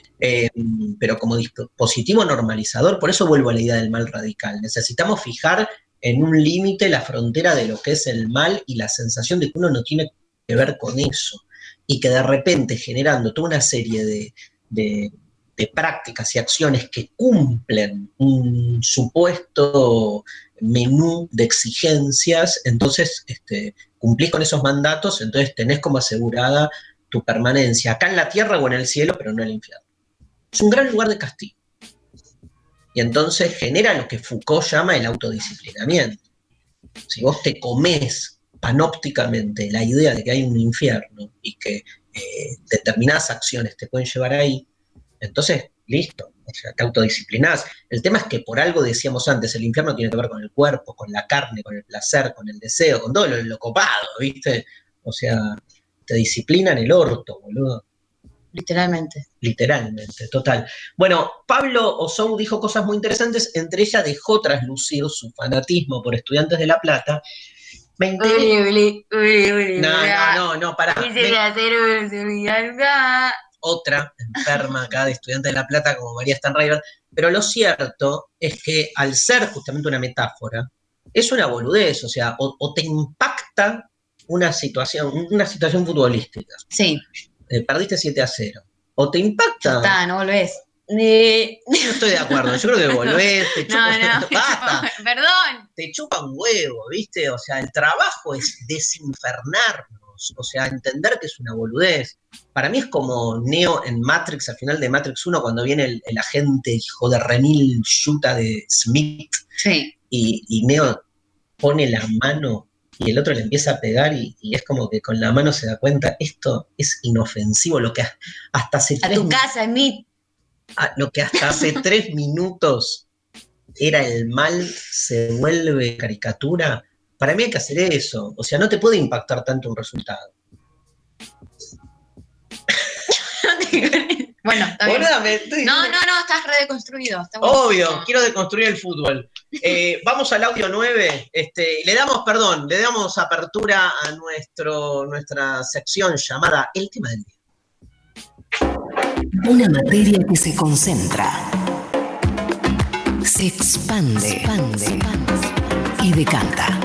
Pero como dispositivo normalizador, por eso vuelvo a la idea del mal radical. Necesitamos fijar en un límite la frontera de lo que es el mal y la sensación de que uno no tiene que ver con eso. Y que de repente, generando toda una serie de prácticas y acciones que cumplen un supuesto menú de exigencias, entonces cumplís con esos mandatos, entonces tenés como asegurada tu permanencia acá en la tierra o en el cielo, pero no en el infierno. Es un gran lugar de castigo. Y entonces genera lo que Foucault llama el autodisciplinamiento. Si vos te comés panópticamente la idea de que hay un infierno y que determinadas acciones te pueden llevar ahí, entonces, listo, o sea, te autodisciplinás. El tema es que por algo decíamos antes, el infierno tiene que ver con el cuerpo, con la carne, con el placer, con el deseo, con todo lo copado, ¿viste? O sea, te disciplinan el orto, boludo. Literalmente. Literalmente, total. Bueno, Pablo Osou dijo cosas muy interesantes, entre ellas dejó traslucir su fanatismo por Estudiantes de La Plata. No, pará. Otra enferma acá de Estudiantes de La Plata como María Stanraiver, pero lo cierto es que al ser justamente una metáfora, es una boludez, o sea, o te impacta una situación futbolística. Sí. Perdiste 7-0. O te impacta. Está, no volvés. No estoy de acuerdo, yo creo que volvés, te chupa, basta. Perdón. Te chupa un huevo, ¿viste? O sea, el trabajo es desinfernarnos, o sea, entender que es una boludez. Para mí es como Neo en Matrix, al final de Matrix 1, cuando viene el agente hijo de remil yuta de Smith. Sí. Y Neo pone la mano y el otro le empieza a pegar y es como que con la mano se da cuenta, esto es inofensivo, lo que hasta hace... A tu casa, Smith. Lo que hasta hace 3 minutos era el mal, se vuelve caricatura Para mí hay que hacer eso. O sea, no te puede impactar tanto un resultado. Bueno, está bien. Boluda, No, estás re deconstruido. Está obvio, buenísimo. quiero deconstruir el fútbol. Vamos al audio 9. Le damos apertura a nuestra sección llamada El tema del día. Una materia que se concentra, se expande y decanta.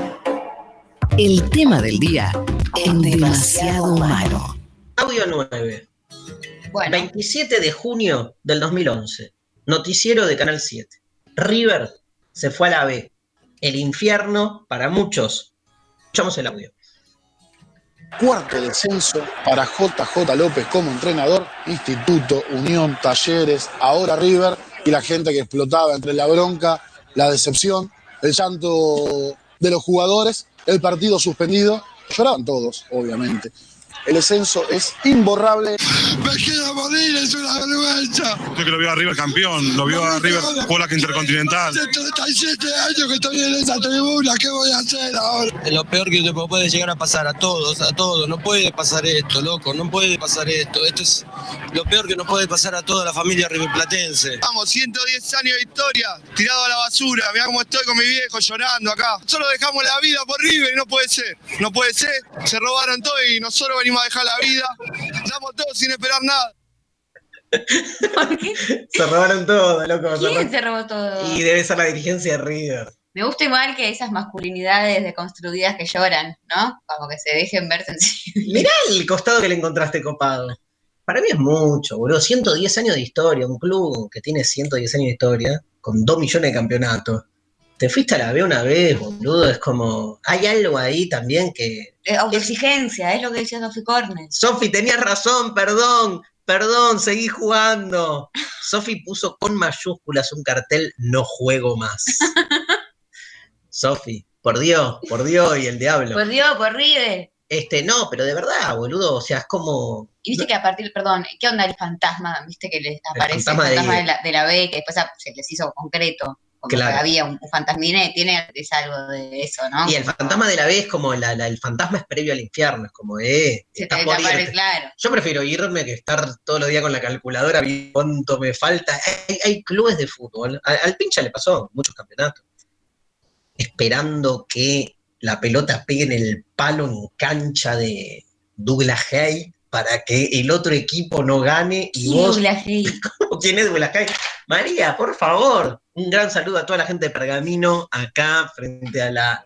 El tema del día en Demasiado Humano. Audio 9. Bueno, 27 de junio del 2011. Noticiero de Canal 7. River se fue a la B. El infierno para muchos. Escuchamos el audio. Cuarto descenso para JJ López como entrenador, Instituto, Unión, Talleres, ahora River, y la gente que explotaba entre la bronca, la decepción, el llanto de los jugadores, el partido suspendido. Lloraban todos, obviamente. El descenso es imborrable. Me quiero morir, es una vergüenza. Usted que lo vio a River campeón, lo vio a River por la Intercontinental. Hace 37 años que estoy en esa tribuna, ¿qué voy a hacer ahora? Es lo peor que te puede llegar a pasar a todos. No puede pasar esto, loco, no puede pasar esto. Esto es lo peor que nos puede pasar a toda la familia riverplatense. Vamos, 110 años de historia, tirado a la basura. Mirá cómo estoy con mi viejo llorando acá. Solo dejamos la vida por River y no puede ser. Se robaron todo y nosotros venimos a dejar la vida. Damos todo sin esperar nada. ¿por qué? Se robaron todo, loco. ¿Quién se robó todo? Y debe ser la dirigencia de River. Me gusta igual que esas masculinidades deconstruidas que lloran, ¿no? Como que se dejen ver sensibles. Mirá el costado que le encontraste copado. Para mí es mucho, boludo. 110 años de historia. Un club que tiene 110 años de historia, con 2 millones de campeonatos. Te fuiste a la B una vez, boludo. Es como... Hay algo ahí también que... Autoexigencia, es lo que decía Sofi Cornes. Sofi, tenías razón, perdón, seguí jugando. Sofi puso con mayúsculas un cartel, no juego más. Sofi, por Dios y el diablo. Por Dios, por River. No, pero de verdad, boludo, o sea, es como... Y viste que a partir, perdón, ¿qué onda el fantasma? Viste que les aparece el fantasma de la B, que después se les hizo concreto. Como claro. Que había un fantasmina y es algo de eso, ¿no? Y el fantasma de la B es como el fantasma es previo al infierno, es como, estás por irte. Claro. Yo prefiero irme que estar todos los días con la calculadora, viendo cuánto me falta. Hay clubes de fútbol, al Pincha le pasó muchos campeonatos, esperando que la pelota pegue en el palo en cancha de Douglas Hay para que el otro equipo no gane y vos... Douglas Hay. ¿Quién es Douglas Hay? María, por favor. Un gran saludo a toda la gente de Pergamino acá frente a la...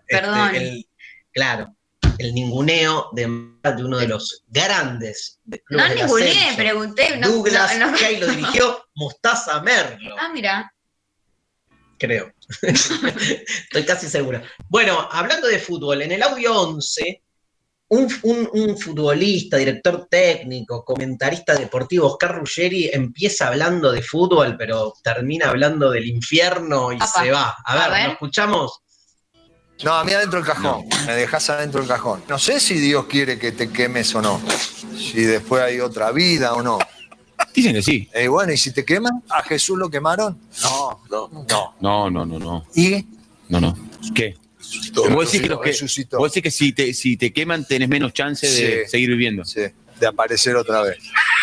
el ninguneo de uno de los grandes clubes del ninguneé, ascenso. Pregunté. Douglas Hay lo dirigió Mostaza Merlo. Ah, mira. Creo. Estoy casi segura. Bueno, hablando de fútbol, en el audio 11, un futbolista, director técnico, comentarista deportivo, Oscar Ruggeri, empieza hablando de fútbol, pero termina hablando del infierno y se va. A ver, ¿lo escuchamos? No, a mí adentro del cajón. Me dejás adentro del cajón. No sé si Dios quiere que te quemes o no. Si después hay otra vida o no. Dicen que sí. Bueno, ¿y si te queman? ¿A Jesús lo quemaron? No. ¿Y? No. ¿Qué? Vos decís que si te queman tenés menos chance de seguir viviendo. Sí, de aparecer otra vez.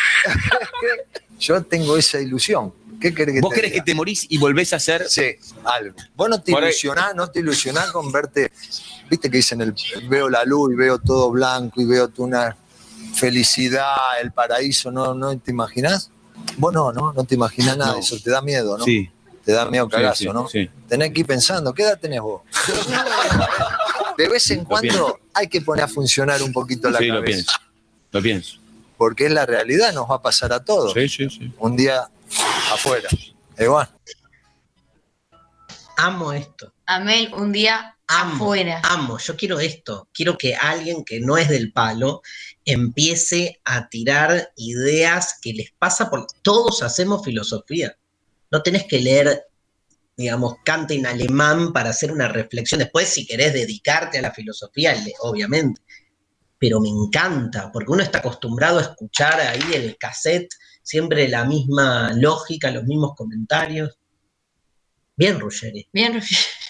Yo tengo esa ilusión. ¿Qué querés que ¿Vos te crees diga? que te morís y volvés a hacer? Sí, algo. Vos no te ilusionás con verte, viste que dicen, veo la luz y veo todo blanco y veo una felicidad, el paraíso, ¿no te imaginás? Vos no te imaginás nada, eso te da miedo, ¿no? Sí. Te da miedo cagazo, ¿no? Sí. Tenés que ir pensando, ¿qué edad tenés vos? De vez en cuando hay que poner a funcionar un poquito la cabeza. Lo pienso. Porque es la realidad, nos va a pasar a todos. Sí. Un día afuera. Igual. Amo esto. Amel, un día afuera. Amo, yo quiero esto. Quiero que alguien que no es del palo empiece a tirar ideas que les pasa, porque todos hacemos filosofía. No tenés que leer, digamos, Kant en alemán para hacer una reflexión. Después, si querés dedicarte a la filosofía, obviamente. Pero me encanta, porque uno está acostumbrado a escuchar ahí el cassette siempre la misma lógica, los mismos comentarios. Bien, Ruggeri.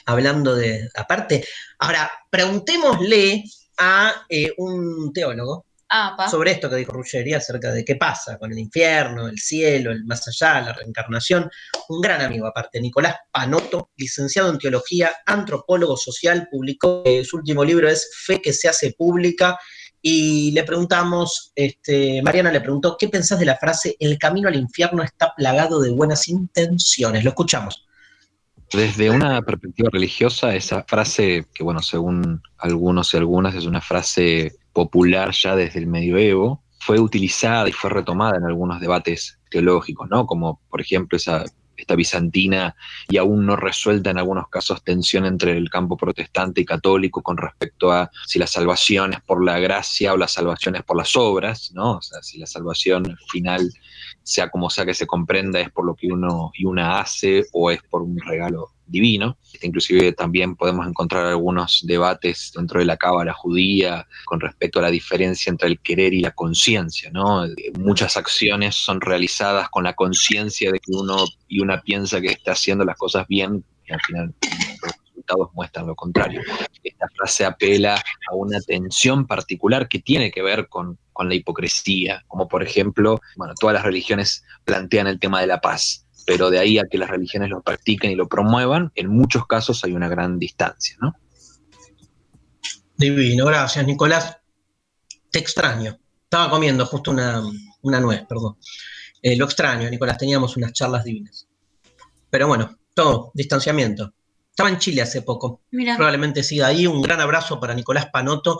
hablando de, aparte, ahora, preguntémosle a un teólogo sobre esto que dijo Ruggeri acerca de qué pasa con el infierno, el cielo, el más allá, la reencarnación. Un gran amigo aparte, Nicolás Panotto, licenciado en teología, antropólogo social, publicó, su último libro es Fe que se hace pública, y le preguntamos, Mariana le preguntó, ¿qué pensás de la frase el camino al infierno está plagado de buenas intenciones? Lo escuchamos. Desde una perspectiva religiosa, esa frase, que bueno, según algunos y algunas es una frase popular ya desde el medioevo, fue utilizada y fue retomada en algunos debates teológicos, ¿no? Como por ejemplo esta bizantina y aún no resuelta en algunos casos tensión entre el campo protestante y católico con respecto a si la salvación es por la gracia o la salvación es por las obras, ¿no? O sea, si la salvación final, sea como sea que se comprenda, es por lo que uno y una hace o es por un regalo divino. Inclusive también podemos encontrar algunos debates dentro de la cábala judía con respecto a la diferencia entre el querer y la conciencia, ¿no? Muchas acciones son realizadas con la conciencia de que uno y una piensa que está haciendo las cosas bien, y al final los resultados muestran lo contrario. Esta frase apela a una tensión particular que tiene que ver con la hipocresía, como por ejemplo, bueno, todas las religiones plantean el tema de la paz, pero de ahí a que las religiones lo practiquen y lo promuevan, en muchos casos hay una gran distancia, ¿no? Divino, gracias, Nicolás. Te extraño. Estaba comiendo justo una nuez, perdón. Lo extraño, Nicolás, teníamos unas charlas divinas. Pero bueno, todo, distanciamiento. Estaba en Chile hace poco. Mira. Probablemente siga ahí. Un gran abrazo para Nicolás Panotto.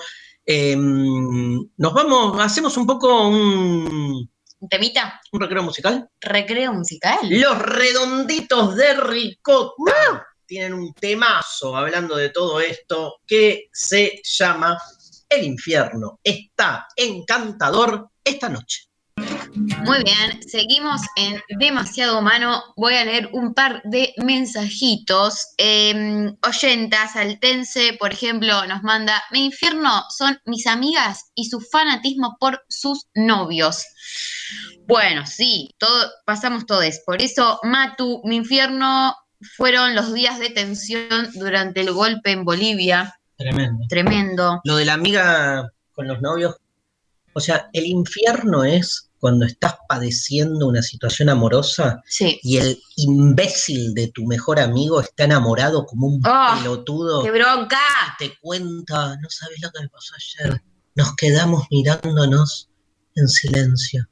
Nos vamos, hacemos un poco un ¿Temita? ¿Un recreo musical? ¿Recreo musical? Los Redonditos de Ricota tienen un temazo hablando de todo esto que se llama El infierno está encantador esta noche. Muy bien, seguimos en Demasiado Humano. Voy a leer un par de mensajitos. Oyenta saltense, por ejemplo, nos manda: mi infierno son mis amigas y su fanatismo por sus novios. Bueno, sí, pasamos todos. Por eso, Matu, mi infierno fueron los días de tensión durante el golpe en Bolivia. Tremendo. Lo de la amiga con los novios, o sea, el infierno es cuando estás padeciendo una situación amorosa, sí, y el imbécil de tu mejor amigo está enamorado como un pelotudo. ¡Qué bronca! Te cuenta, no sabes lo que me pasó ayer. Nos quedamos mirándonos en silencio.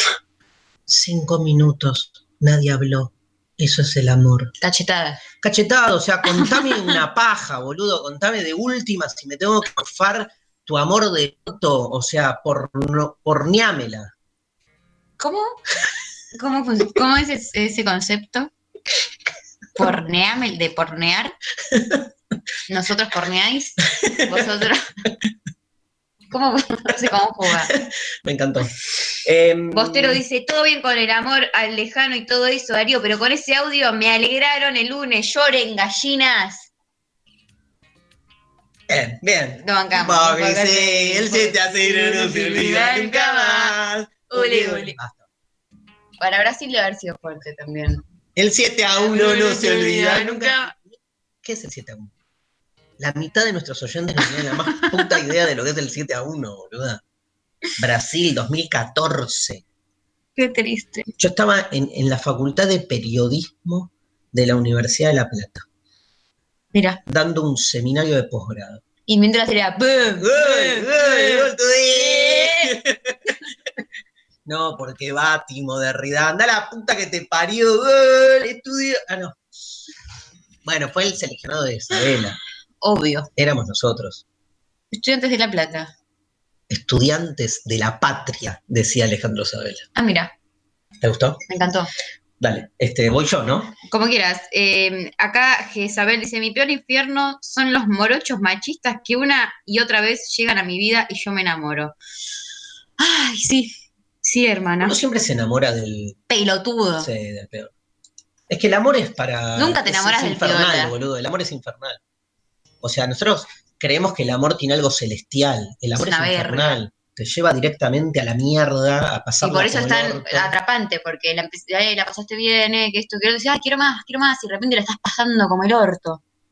5 minutos, nadie habló. Eso es el amor. Cachetada. Cachetada, o sea, contame una paja, boludo. Contame de última si me tengo que morfar tu amor de tonto, o sea, porneámela. ¿Cómo? ¿Cómo es ese concepto? ¿Porneame, de pornear? ¿Nosotros porneáis? ¿Vosotros? ¿Cómo? No sé cómo jugar. Me encantó. Bostero dice: todo bien con el amor al lejano y todo eso, Darío, pero con ese audio me alegraron el lunes. Lloren, gallinas. Bien. Lo bancamos. Porque sí, el 7 a 0 no se olvida nunca más. Ole, ole. Para Brasil debe haber sido fuerte también. El 7-1 no se olvida nunca. ¿Qué es el 7-1? La mitad de nuestros oyentes no tienen la más puta idea de lo que es el 7-1, boluda. Brasil, 2014. Qué triste. Yo estaba en la Facultad de Periodismo de la Universidad de La Plata. Mira. Dando un seminario de posgrado. Y mientras era ¡bum! No, porque Bátimo, Derrida, anda la puta que te parió, gol, estudio. Ah, no. Bueno, fue el seleccionado de Isabela. Obvio. Éramos nosotros. Estudiantes de La Plata. Estudiantes de la patria, decía Alejandro Isabela. Ah, mira. ¿Te gustó? Me encantó. Dale, voy yo, ¿no? Como quieras. Acá Jezabel dice: mi peor infierno son los morochos machistas que una y otra vez llegan a mi vida y yo me enamoro. Ay, sí. Sí, hermana. Uno siempre se enamora del pelotudo. Sí, del peor. Es que el amor es para... Nunca te enamoras del infernal, piola. Boludo. El amor es infernal. O sea, nosotros creemos que el amor tiene algo celestial. El amor es infernal. Verga. Te lleva directamente a la mierda, a pasar. Y por eso es tan atrapante, porque la pasaste bien, que esto, que decís, quiero más, y de repente la estás pasando como el orto.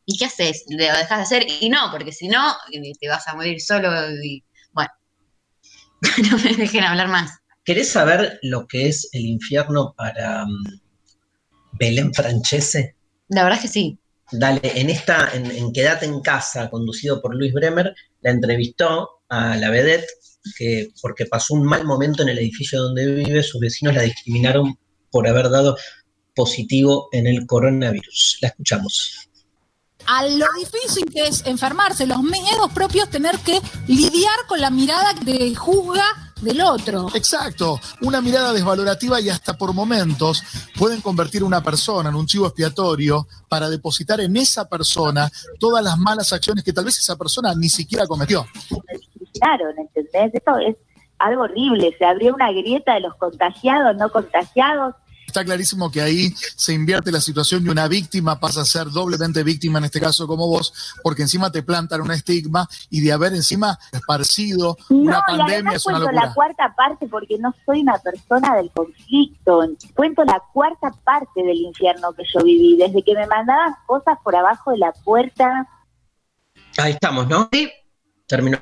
¿Y qué haces? ¿Lo dejas de hacer? Y no, porque si no, te vas a morir solo y bueno, no me dejen hablar más. ¿Querés saber lo que es el infierno para Belén Francese? La verdad es que sí. Dale, en Quédate en Casa, conducido por Luis Bremer, la entrevistó a la vedette que porque pasó un mal momento en el edificio donde vive, sus vecinos la discriminaron por haber dado positivo en el coronavirus. La escuchamos. A lo difícil que es enfermarse, los miedos propios, tener que lidiar con la mirada de juzga del otro. Exacto, una mirada desvalorativa y hasta por momentos pueden convertir a una persona en un chivo expiatorio para depositar en esa persona todas las malas acciones que tal vez esa persona ni siquiera cometió. Claro, ¿entendés? Esto es algo horrible, se abrió una grieta de los contagiados, no contagiados. Está clarísimo que ahí se invierte la situación y una víctima pasa a ser doblemente víctima, en este caso como vos, porque encima te plantan un estigma y de haber encima esparcido una pandemia es una locura. Cuento la cuarta parte porque no soy una persona del conflicto. Cuento la cuarta parte del infierno que yo viví, desde que me mandaban cosas por abajo de la puerta. Ahí estamos, ¿no? Sí. Terminó.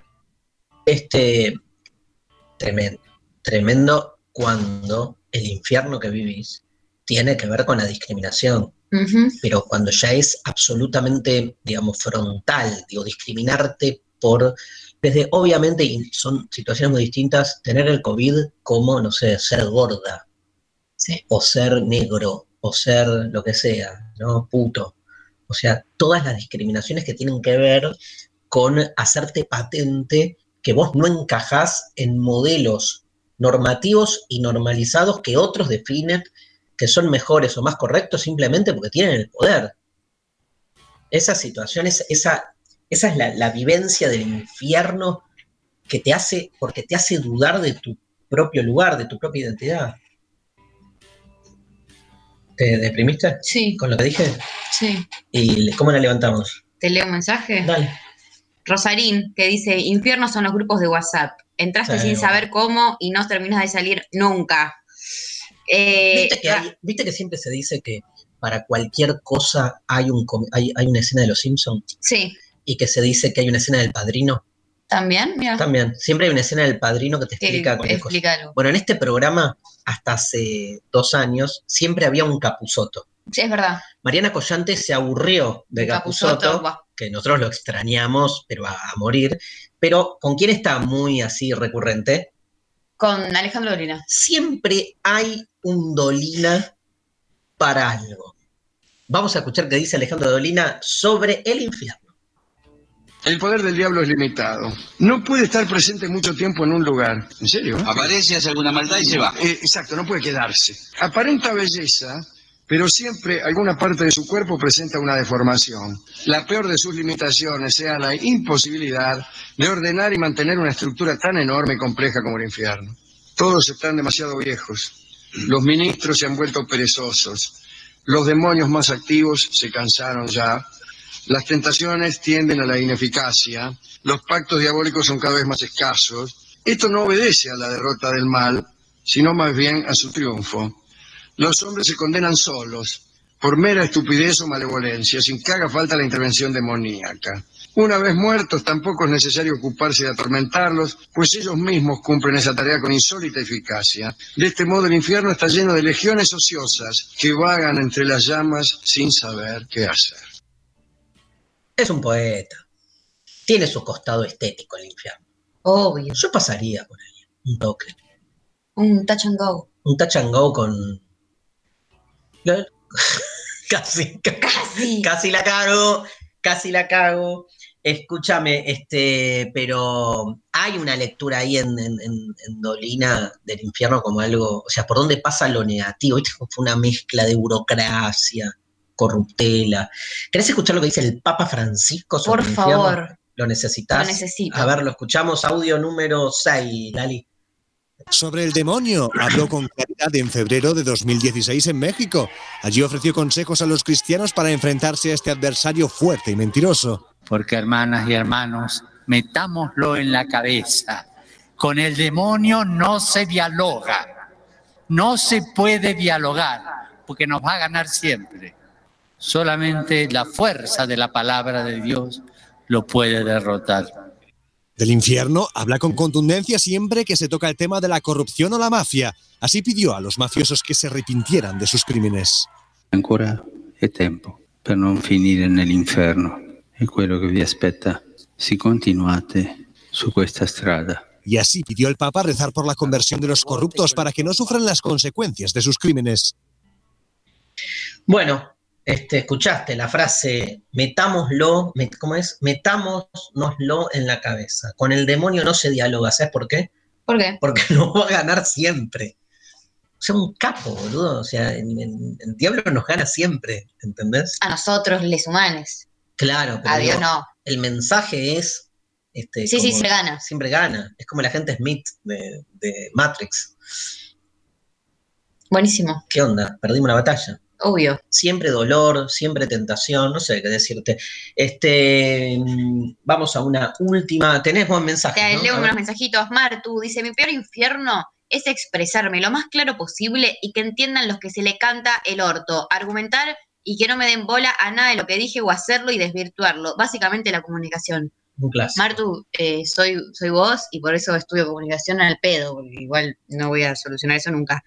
Tremendo cuando el infierno que vivís tiene que ver con la discriminación, pero cuando ya es absolutamente, digamos, frontal, discriminarte desde, obviamente, y son situaciones muy distintas, tener el COVID como, no sé, ser gorda, sí, o ser negro, o ser lo que sea, ¿no? Puto. O sea, todas las discriminaciones que tienen que ver con hacerte patente que vos no encajás en modelos normativos y normalizados que otros definen que son mejores o más correctos simplemente porque tienen el poder. Esa situación, esa es la vivencia del infierno que porque te hace dudar de tu propio lugar, de tu propia identidad. ¿Te deprimiste? Sí. ¿Con lo que dije? Sí. ¿Y cómo la levantamos? ¿Te leo un mensaje? Dale. Rosarín, que dice, infiernos son los grupos de WhatsApp. Entraste sin saber cómo y no terminas de salir nunca. ¿Viste que siempre se dice que para cualquier cosa hay una escena de Los Simpsons? Sí. Y que se dice que hay una escena del Padrino. ¿También? Mira. También. Siempre hay una escena del Padrino que te explica cualquier cosa. Algo. Bueno, en este programa, hasta hace 2 años, siempre había un Capusotto. Sí, es verdad. Mariana Collante se aburrió de Capusotto, que nosotros lo extrañamos, pero a morir. Pero ¿con quién está muy así recurrente? Con Alejandro Dolina. Siempre hay un Dolina para algo. Vamos a escuchar qué dice Alejandro Dolina sobre el infierno. El poder del diablo es limitado. No puede estar presente mucho tiempo en un lugar. ¿En serio? Aparece, hace alguna maldad y se va. Exacto, no puede quedarse. Aparenta belleza, pero siempre alguna parte de su cuerpo presenta una deformación. La peor de sus limitaciones sea la imposibilidad de ordenar y mantener una estructura tan enorme y compleja como el infierno. Todos están demasiado viejos. Los ministros se han vuelto perezosos. Los demonios más activos se cansaron ya. Las tentaciones tienden a la ineficacia. Los pactos diabólicos son cada vez más escasos. Esto no obedece a la derrota del mal, sino más bien a su triunfo. Los hombres se condenan solos, por mera estupidez o malevolencia, sin que haga falta la intervención demoníaca. Una vez muertos, tampoco es necesario ocuparse de atormentarlos, pues ellos mismos cumplen esa tarea con insólita eficacia. De este modo, el infierno está lleno de legiones ociosas que vagan entre las llamas sin saber qué hacer. Es un poeta. Tiene su costado estético el infierno. Obvio. Yo pasaría por ahí, un toque. Un touch and go. Un touch and go con... Casi la cago. Escúchame, pero hay una lectura ahí en Dolina del infierno como algo, o sea, por dónde pasa lo negativo, ¿viste? Fue una mezcla de burocracia, corruptela. ¿Querés escuchar lo que dice el Papa Francisco sobre el infierno? Por favor. ¿Lo necesitas? Lo necesito. A ver, lo escuchamos, audio número 6, Lali. Sobre el demonio, habló con claridad en febrero de 2016 en México. Allí ofreció consejos a los cristianos para enfrentarse a este adversario fuerte y mentiroso. Porque, hermanas y hermanos, metámoslo en la cabeza. Con el demonio no se dialoga. No se puede dialogar, porque nos va a ganar siempre. Solamente la fuerza de la palabra de Dios lo puede derrotar. Del infierno habla con contundencia siempre que se toca el tema de la corrupción o la mafia. Así pidió a los mafiosos que se arrepintieran de sus crímenes. Ancora è tempo per non finire nell'inferno. È quello che vi aspetta se continuate su questa strada. Y así pidió el Papa rezar por la conversión de los corruptos para que no sufran las consecuencias de sus crímenes. Bueno, escuchaste la frase, ¿cómo es? Metámonoslo en la cabeza. Con el demonio no se dialoga, ¿sabes por qué? ¿Por qué? Porque no va a ganar siempre. O sea, un capo, boludo. O sea, el diablo nos gana siempre, ¿entendés? A nosotros, les humanos. Claro, pero a Dios no. El mensaje es... sí, siempre gana. Siempre gana. Es como el agente Smith de Matrix. Buenísimo. ¿Qué onda? Perdimos la batalla. Obvio. Siempre dolor, siempre tentación, no sé qué decirte. Vamos a una última. Tenés buen mensaje, Te ¿no? leo unos mensajitos. Martu dice, mi peor infierno es expresarme lo más claro posible y que entiendan los que se le canta el orto. Argumentar y que no me den bola a nada de lo que dije o hacerlo y desvirtuarlo. Básicamente la comunicación. Un clásico. Martu, soy vos y por eso estudio comunicación al pedo, porque igual no voy a solucionar eso nunca.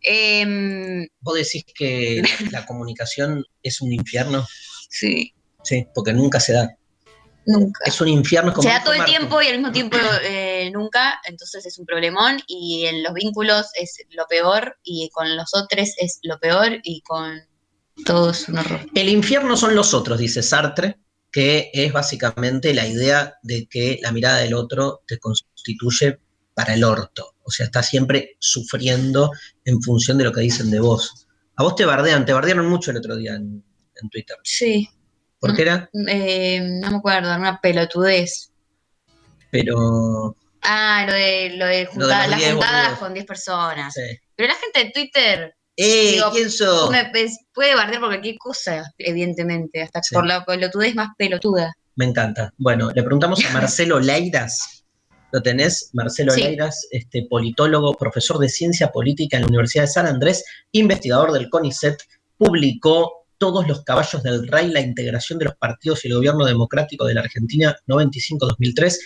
¿Vos decís que la comunicación es un infierno? Sí. Sí, porque nunca se da. Nunca. Es un infierno como... Se da todo el tiempo y al mismo tiempo nunca, entonces es un problemón y en los vínculos es lo peor y con los otros es lo peor y con todos es un horror. El infierno son los otros, dice Sartre, que es básicamente la idea de que la mirada del otro te constituye para el orto. O sea, estás siempre sufriendo en función de lo que dicen de vos. A vos te bardearon mucho el otro día en Twitter. Sí. ¿Por qué era? No me acuerdo, una pelotudez. Pero... lo de juntar, las juntadas con 10 personas. Sí. Pero la gente de Twitter... ¿quién sos? Puede bardear por cualquier cosa, evidentemente, hasta Sí. por la pelotudez más pelotuda. Me encanta. Bueno, le preguntamos a Marcelo Leiras. ¿Lo tenés? Marcelo Sí. Leiras, politólogo, profesor de ciencia política en la Universidad de San Andrés, investigador del CONICET, publicó Todos los caballos del rey, la integración de los partidos y el gobierno democrático de la Argentina 95-2003.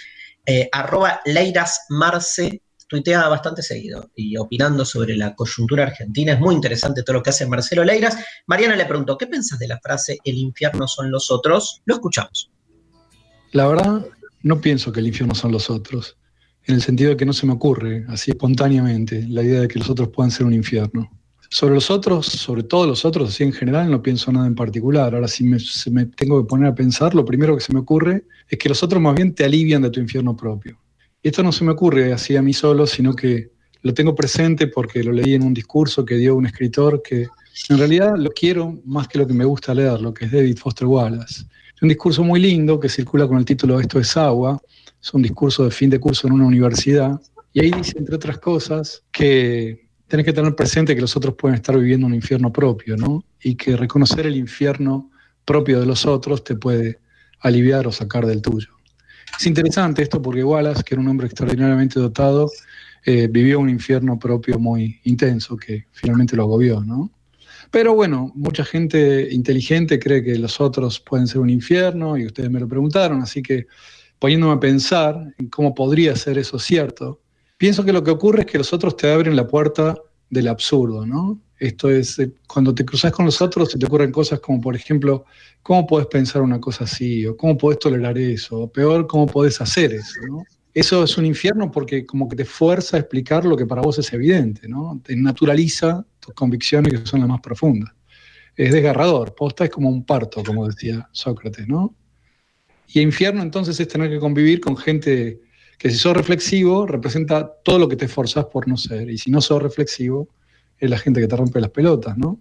@LeirasMarce, tuitea bastante seguido y opinando sobre la coyuntura argentina. Es muy interesante todo lo que hace Marcelo Leiras. Mariana le preguntó, ¿qué pensás de la frase el infierno son los otros? Lo escuchamos. La verdad, no pienso que el infierno son los otros, en el sentido de que no se me ocurre, así espontáneamente, la idea de que los otros puedan ser un infierno. Sobre los otros, sobre todos los otros, así en general, no pienso nada en particular. Ahora, si me tengo que poner a pensar, lo primero que se me ocurre es que los otros más bien te alivian de tu infierno propio. Y esto no se me ocurre así a mí solo, sino que lo tengo presente porque lo leí en un discurso que dio un escritor que en realidad lo quiero más que lo que me gusta leer, lo que es David Foster Wallace. Es un discurso muy lindo que circula con el título Esto es agua. Es un discurso de fin de curso en una universidad. Y ahí dice, entre otras cosas, que tenés que tener presente que los otros pueden estar viviendo un infierno propio, ¿no? Y que reconocer el infierno propio de los otros te puede aliviar o sacar del tuyo. Es interesante esto porque Wallace, que era un hombre extraordinariamente dotado, vivió un infierno propio muy intenso que finalmente lo agobió, ¿no? Pero bueno, mucha gente inteligente cree que los otros pueden ser un infierno y ustedes me lo preguntaron, así que poniéndome a pensar en cómo podría ser eso cierto, pienso que lo que ocurre es que los otros te abren la puerta del absurdo, ¿no? Esto es, cuando te cruzas con los otros se te ocurren cosas como, por ejemplo, ¿cómo podés pensar una cosa así? ¿O cómo podés tolerar eso? O peor, ¿cómo podés hacer eso? ¿No? Eso es un infierno porque como que te fuerza a explicar lo que para vos es evidente, ¿no? Te naturaliza tus convicciones que son las más profundas. Es desgarrador, posta es como un parto, como decía Sócrates, ¿no? Y infierno entonces es tener que convivir con gente que si sos reflexivo representa todo lo que te esforzás por no ser, y si no sos reflexivo es la gente que te rompe las pelotas, ¿no?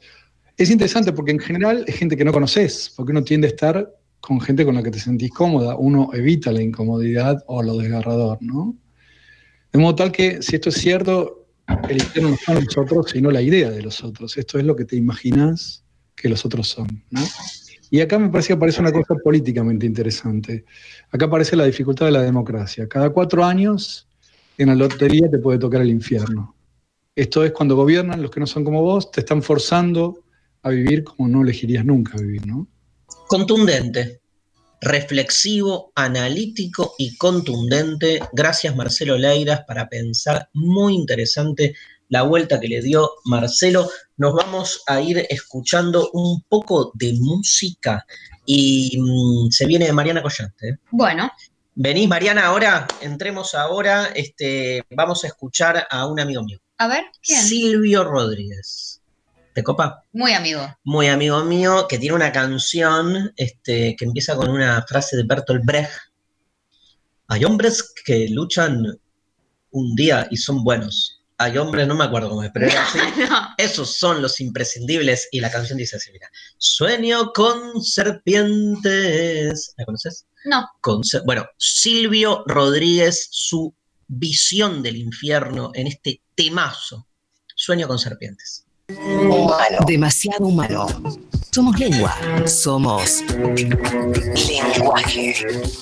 Es interesante porque en general es gente que no conoces, porque uno tiende a estar con gente con la que te sentís cómoda, uno evita la incomodidad o lo desgarrador, ¿no? De modo tal que, si esto es cierto, el infierno no son los otros, sino la idea de los otros. Esto es lo que te imaginas que los otros son, ¿no? Y acá me parece que aparece una cosa políticamente interesante. Acá aparece la dificultad de la democracia. Cada 4 años, en la lotería te puede tocar el infierno. Esto es cuando gobiernan los que no son como vos, te están forzando a vivir como no elegirías nunca vivir, ¿no? Contundente, reflexivo, analítico y contundente. Gracias, Marcelo Leiras, para pensar. Muy interesante la vuelta que le dio Marcelo. Nos vamos a ir escuchando un poco de música y se viene Mariana Collante. Bueno. Venís, Mariana, ahora, entremos ahora, vamos a escuchar a un amigo mío. A ver, ¿quién? Silvio Rodríguez. ¿Te copa? Muy amigo. Muy amigo mío, que tiene una canción que empieza con una frase de Bertolt Brecht. Hay hombres que luchan un día y son buenos. Hay hombres, no me acuerdo cómo es, pero era así. No. Esos son los imprescindibles. Y la canción dice así, mira. Sueño con serpientes. ¿La conoces? No. Bueno, Silvio Rodríguez, su visión del infierno en este temazo. Sueño con serpientes. Humano. Demasiado humano. Somos lengua. Somos lenguaje.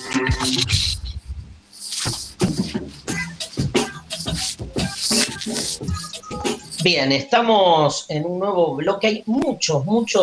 Bien, estamos en un nuevo bloque. Hay muchos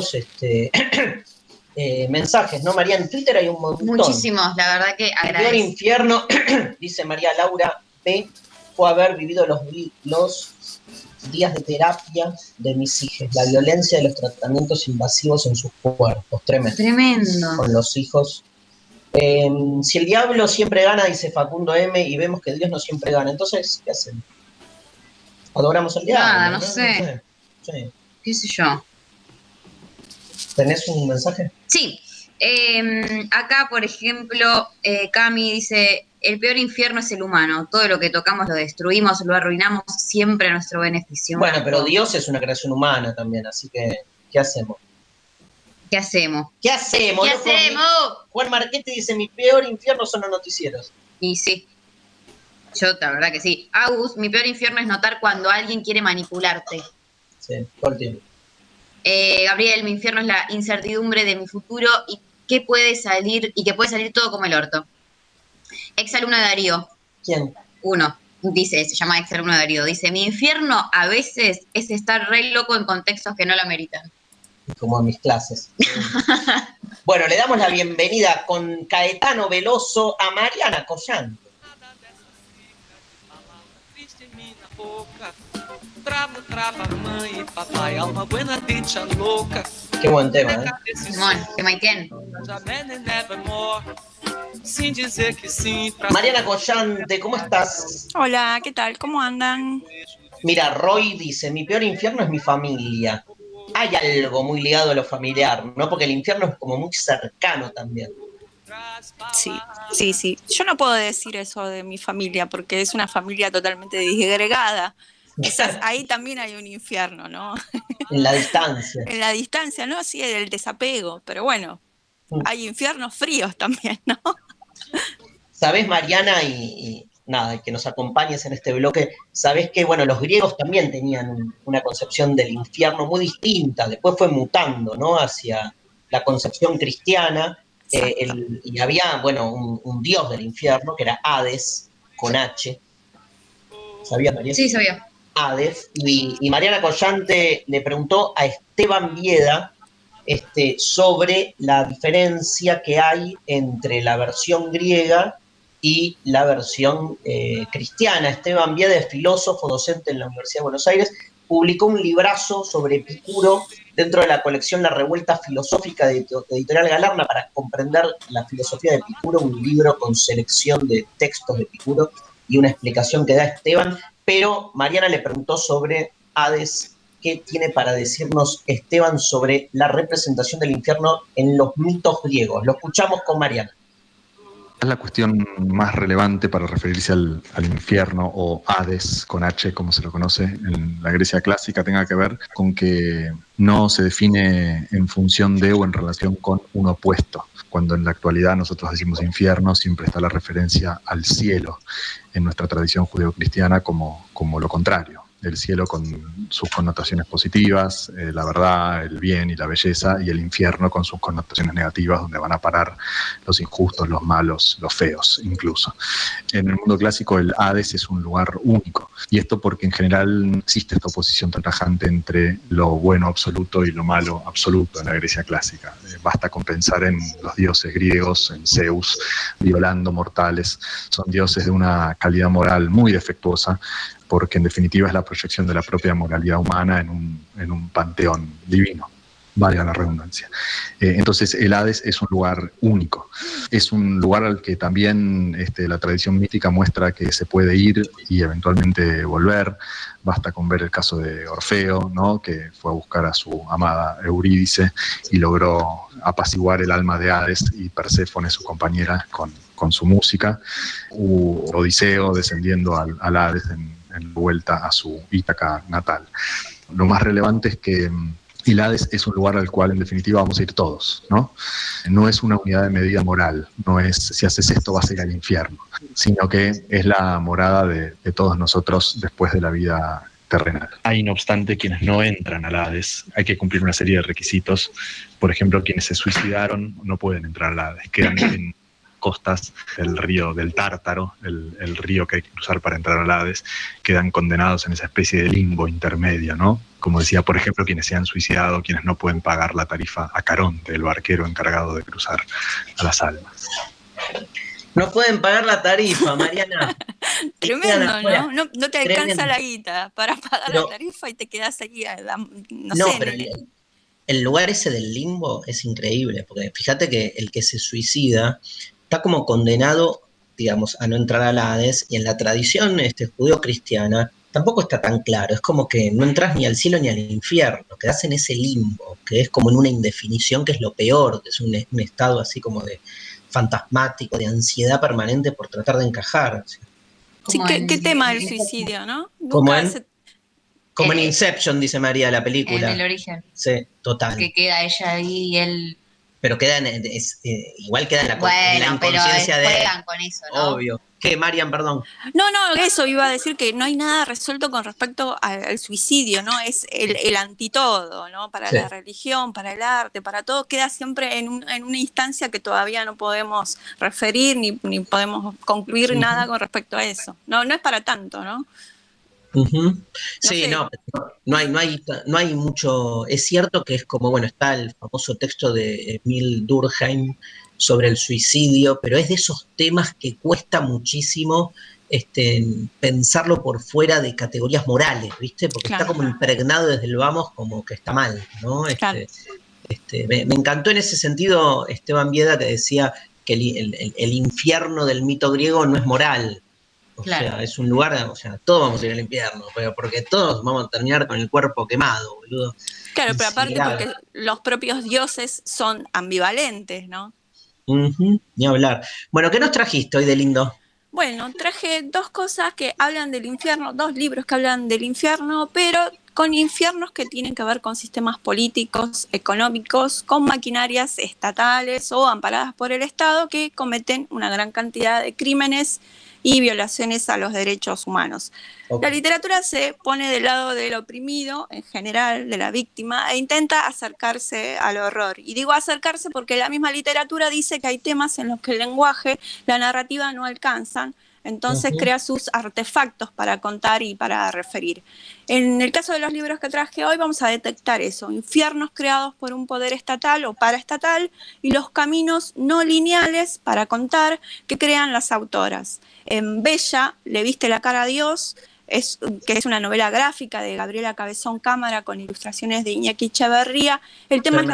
mensajes, ¿no, María? En Twitter hay un montón. Muchísimos, la verdad que agradezco. El peor infierno, dice María Laura B., fue haber vivido los días de terapia de mis hijas, la violencia de los tratamientos invasivos en sus cuerpos. Tremendo. Tremendo. Con los hijos. Si el diablo siempre gana, dice Facundo M., y vemos que Dios no siempre gana, entonces, ¿qué hacemos? Adoramos al diablo. Nada, no sé. Sí. ¿Qué sé yo? ¿Tenés un mensaje? Sí. Acá, por ejemplo, Cami dice, el peor infierno es el humano. Todo lo que tocamos lo destruimos, lo arruinamos siempre a nuestro beneficio. Bueno, pero Dios es una creación humana también, así que, ¿qué hacemos? ¿Qué hacemos? ¿Qué hacemos? ¿Qué hacemos? Juan Marquete dice, mi peor infierno son los noticieros. Y sí. Yo, la verdad que sí. Agus, mi peor infierno es notar cuando alguien quiere manipularte. Sí, todo el tiempo. Gabriel, mi infierno es la incertidumbre de mi futuro y que puede salir todo como el orto. Exalumno de Darío. ¿Quién? Uno. Dice, se llama exalumno de Darío. Dice, mi infierno a veces es estar re loco en contextos que no lo ameritan. Como en mis clases. Bueno, le damos la bienvenida con Caetano Veloso a Mariana Collante. Qué buen tema, ¿eh? Simón, que Maiken. Mariana Collante, ¿cómo estás? Hola, ¿qué tal? ¿Cómo andan? Mira, Roy dice, mi peor infierno es mi familia. Hay algo muy ligado a lo familiar, ¿no? Porque el infierno es como muy cercano también. Sí. Yo no puedo decir eso de mi familia porque es una familia totalmente disgregada. Quizás ahí también hay un infierno, ¿no? En la distancia. En la distancia, ¿no? Sí, el desapego, pero bueno, hay infiernos fríos también, ¿no? ¿Sabés, Mariana, y nada, que nos acompañes en este bloque, sabés que, bueno, los griegos también tenían una concepción del infierno muy distinta, después fue mutando, ¿no? Hacia la concepción cristiana, y había, bueno, un dios del infierno, que era Hades, con H. ¿Sabías, Mariana? Sí, sabía. Hades, y Mariana Collante le preguntó a Esteban Vieda sobre la diferencia que hay entre la versión griega y la versión cristiana. Esteban Vieda es filósofo, docente en la Universidad de Buenos Aires, publicó un librazo sobre Epicuro dentro de la colección La Revuelta Filosófica de Editorial Galerna para comprender la filosofía de Epicuro, un libro con selección de textos de Epicuro y una explicación que da Esteban. Pero Mariana le preguntó sobre Hades, ¿qué tiene para decirnos Esteban sobre la representación del infierno en los mitos griegos? Lo escuchamos con Mariana. La cuestión más relevante para referirse al infierno o Hades, con H, como se lo conoce en la Grecia clásica, tenga que ver con que no se define en función de o en relación con un opuesto. Cuando en la actualidad nosotros decimos infierno, siempre está la referencia al cielo en nuestra tradición judeocristiana como lo contrario. el cielo con sus connotaciones positivas, la verdad, el bien y la belleza, y el infierno con sus connotaciones negativas, donde van a parar los injustos, los malos, los feos incluso. En el mundo clásico el Hades es un lugar único, y esto porque en general no existe esta oposición tan tajante entre lo bueno absoluto y lo malo absoluto en la Grecia clásica. Basta con pensar en los dioses griegos, en Zeus, violando mortales. Son dioses de una calidad moral muy defectuosa, porque en definitiva es la proyección de la propia moralidad humana en un panteón divino, valga la redundancia. Entonces el Hades es un lugar único, es un lugar al que también la tradición mítica muestra que se puede ir y eventualmente volver. Basta con ver el caso de Orfeo, ¿no?, que fue a buscar a su amada Eurídice y logró apaciguar el alma de Hades, y Perséfone, su compañera, con su música. Odiseo descendiendo al Hades en vuelta a su Ítaca natal. Lo más relevante es que el Hades es un lugar al cual en definitiva vamos a ir todos, ¿no? No es una unidad de medida moral, no es si haces esto vas a ir al infierno, sino que es la morada de todos nosotros después de la vida terrenal. Hay, no obstante, quienes no entran al Hades. Hay que cumplir una serie de requisitos. Por ejemplo, quienes se suicidaron no pueden entrar al Hades, quedan en costas del río del Tártaro, el río que hay que cruzar para entrar al Hades, quedan condenados en esa especie de limbo intermedio, ¿no? Como decía, por ejemplo, quienes se han suicidado, quienes no pueden pagar la tarifa a Caronte, el barquero encargado de cruzar a las almas. No pueden pagar la tarifa, Mariana. Tremendo, ¿no? No te alcanza la guita para pagar la tarifa y te quedas ahí, no sé. Pero el lugar ese del limbo es increíble, porque fíjate que el que se suicida está como condenado, digamos, a no entrar al Hades, y en la tradición judeo-cristiana tampoco está tan claro. Es como que no entras ni al cielo ni al infierno, quedás en ese limbo, que es como en una indefinición, que es lo peor, es un estado así como de fantasmático, de ansiedad permanente por tratar de encajar. Sí, ¿qué tema el suicidio, no? Como en Inception, dice María, la película. En El Origen. Sí, total. Que queda ella ahí y él... Pero igual queda en la inconsciencia de él. Juegan con eso, ¿no? Obvio. ¿Qué, Marian, perdón? No, eso iba a decir, que no hay nada resuelto con respecto al suicidio, ¿no? Es el antitodo, ¿no? Para la religión, para el arte, para todo, queda siempre en una instancia que todavía no podemos referir ni podemos concluir nada con respecto a eso. No es para tanto, ¿no? Sí, no hay mucho. Es cierto que es como, bueno, está el famoso texto de Emil Durkheim sobre el suicidio, pero es de esos temas que cuesta muchísimo pensarlo por fuera de categorías morales, ¿viste? Porque está como impregnado desde el vamos, como que está mal, ¿no? Me encantó en ese sentido Esteban Vieda, que decía que el infierno del mito griego no es moral. O sea, es un lugar, todos vamos a ir al infierno, pero porque todos vamos a terminar con el cuerpo quemado, boludo. Claro, pero aparte porque los propios dioses son ambivalentes, ¿no? Ni hablar. Bueno, ¿qué nos trajiste hoy de lindo? Bueno, traje dos cosas que hablan del infierno, dos libros que hablan del infierno, pero con infiernos que tienen que ver con sistemas políticos, económicos, con maquinarias estatales o amparadas por el Estado que cometen una gran cantidad de crímenes y violaciones a los derechos humanos. La literatura se pone del lado del oprimido, en general, de la víctima, e intenta acercarse al horror. Y digo acercarse porque la misma literatura dice que hay temas en los que el lenguaje, la narrativa no alcanzan, entonces crea sus artefactos para contar y para referir. En el caso de los libros que traje hoy vamos a detectar eso, infiernos creados por un poder estatal o paraestatal y los caminos no lineales para contar que crean las autoras. En Bella, Le viste la cara a Dios, que es una novela gráfica de Gabriela Cabezón Cámara con ilustraciones de Iñaki Echeverría. El tema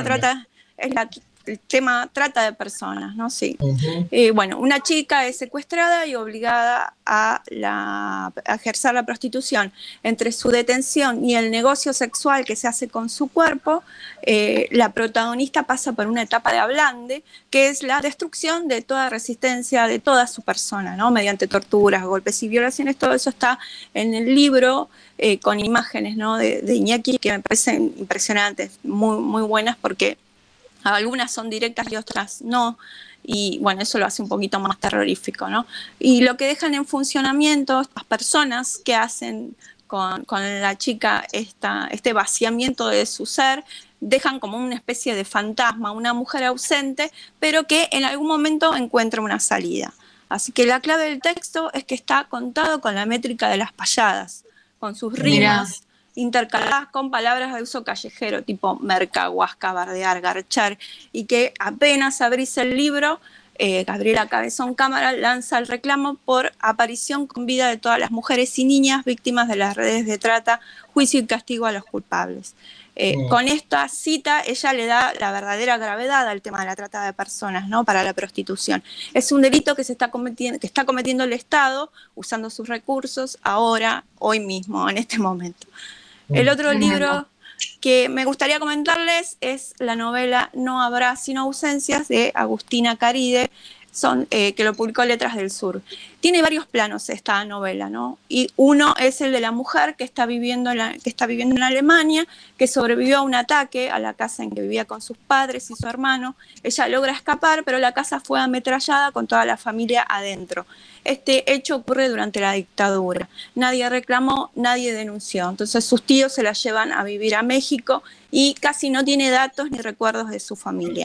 el tema trata de personas, ¿no? Sí. Bueno, una chica es secuestrada y obligada a ejercer la prostitución. Entre su detención y el negocio sexual que se hace con su cuerpo, la protagonista pasa por una etapa de ablande, que es la destrucción de toda resistencia de toda su persona, ¿no? Mediante torturas, golpes y violaciones. Todo eso está en el libro, con imágenes, ¿no? de Iñaki, que me parecen impresionantes, muy, muy buenas, porque algunas son directas y otras no, y bueno, eso lo hace un poquito más terrorífico, ¿no? Y lo que dejan en funcionamiento estas personas que hacen con la chica este vaciamiento de su ser, dejan como una especie de fantasma, una mujer ausente, pero que en algún momento encuentra una salida. Así que la clave del texto es que está contado con la métrica de las payadas, con sus rimas intercaladas con palabras de uso callejero, tipo merca, guasca, bardear, garchar, y que apenas abrís el libro, Gabriela Cabezón Cámara lanza el reclamo por aparición con vida de todas las mujeres y niñas víctimas de las redes de trata, juicio y castigo a los culpables. Con esta cita ella le da la verdadera gravedad al tema de la trata de personas, ¿no? Para la prostitución. Es un delito que está cometiendo el Estado usando sus recursos ahora, hoy mismo, en este momento. El otro libro que me gustaría comentarles es la novela No habrá sino ausencias de Agustina Caride, que lo publicó Letras del Sur. Tiene varios planos esta novela, ¿no? Y uno es el de la mujer que está viviendo en Alemania, que sobrevivió a un ataque a la casa en que vivía con sus padres y su hermano. Ella logra escapar, pero la casa fue ametrallada con toda la familia adentro. Este hecho ocurre durante la dictadura. Nadie reclamó, nadie denunció. Entonces sus tíos se la llevan a vivir a México y casi no tiene datos ni recuerdos de su familia.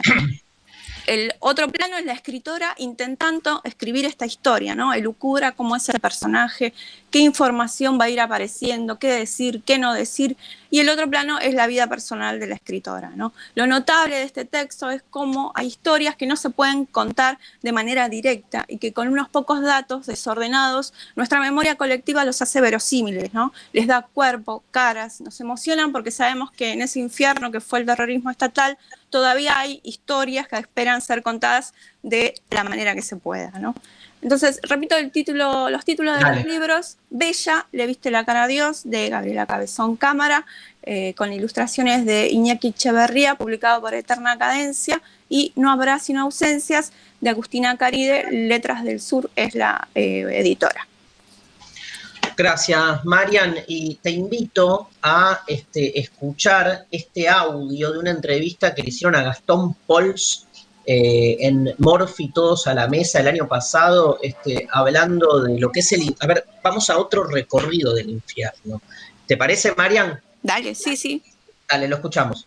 El otro plano es la escritora intentando escribir esta historia, ¿no? Elucubra cómo es el personaje, qué información va a ir apareciendo, qué decir, qué no decir. Y el otro plano es la vida personal de la escritora, ¿no? Lo notable de este texto es cómo hay historias que no se pueden contar de manera directa y que con unos pocos datos desordenados, nuestra memoria colectiva los hace verosímiles, ¿no? Les da cuerpo, caras, nos emocionan porque sabemos que en ese infierno que fue el terrorismo estatal, todavía hay historias que esperan ser contadas de la manera que se pueda, ¿no? Entonces, repito los títulos de los libros: Bella, Le viste la cara a Dios, de Gabriela Cabezón Cámara, con ilustraciones de Iñaki Echeverría, publicado por Eterna Cadencia, y No habrá sino ausencias, de Agustina Caride, Letras del Sur es la editora. Gracias, Marian, y te invito a escuchar este audio de una entrevista que le hicieron a Gastón Pols en Morphy Todos a la Mesa el año pasado, hablando de lo que es a ver, vamos a otro recorrido del infierno. ¿Te parece, Marian? Dale, sí. Dale, lo escuchamos.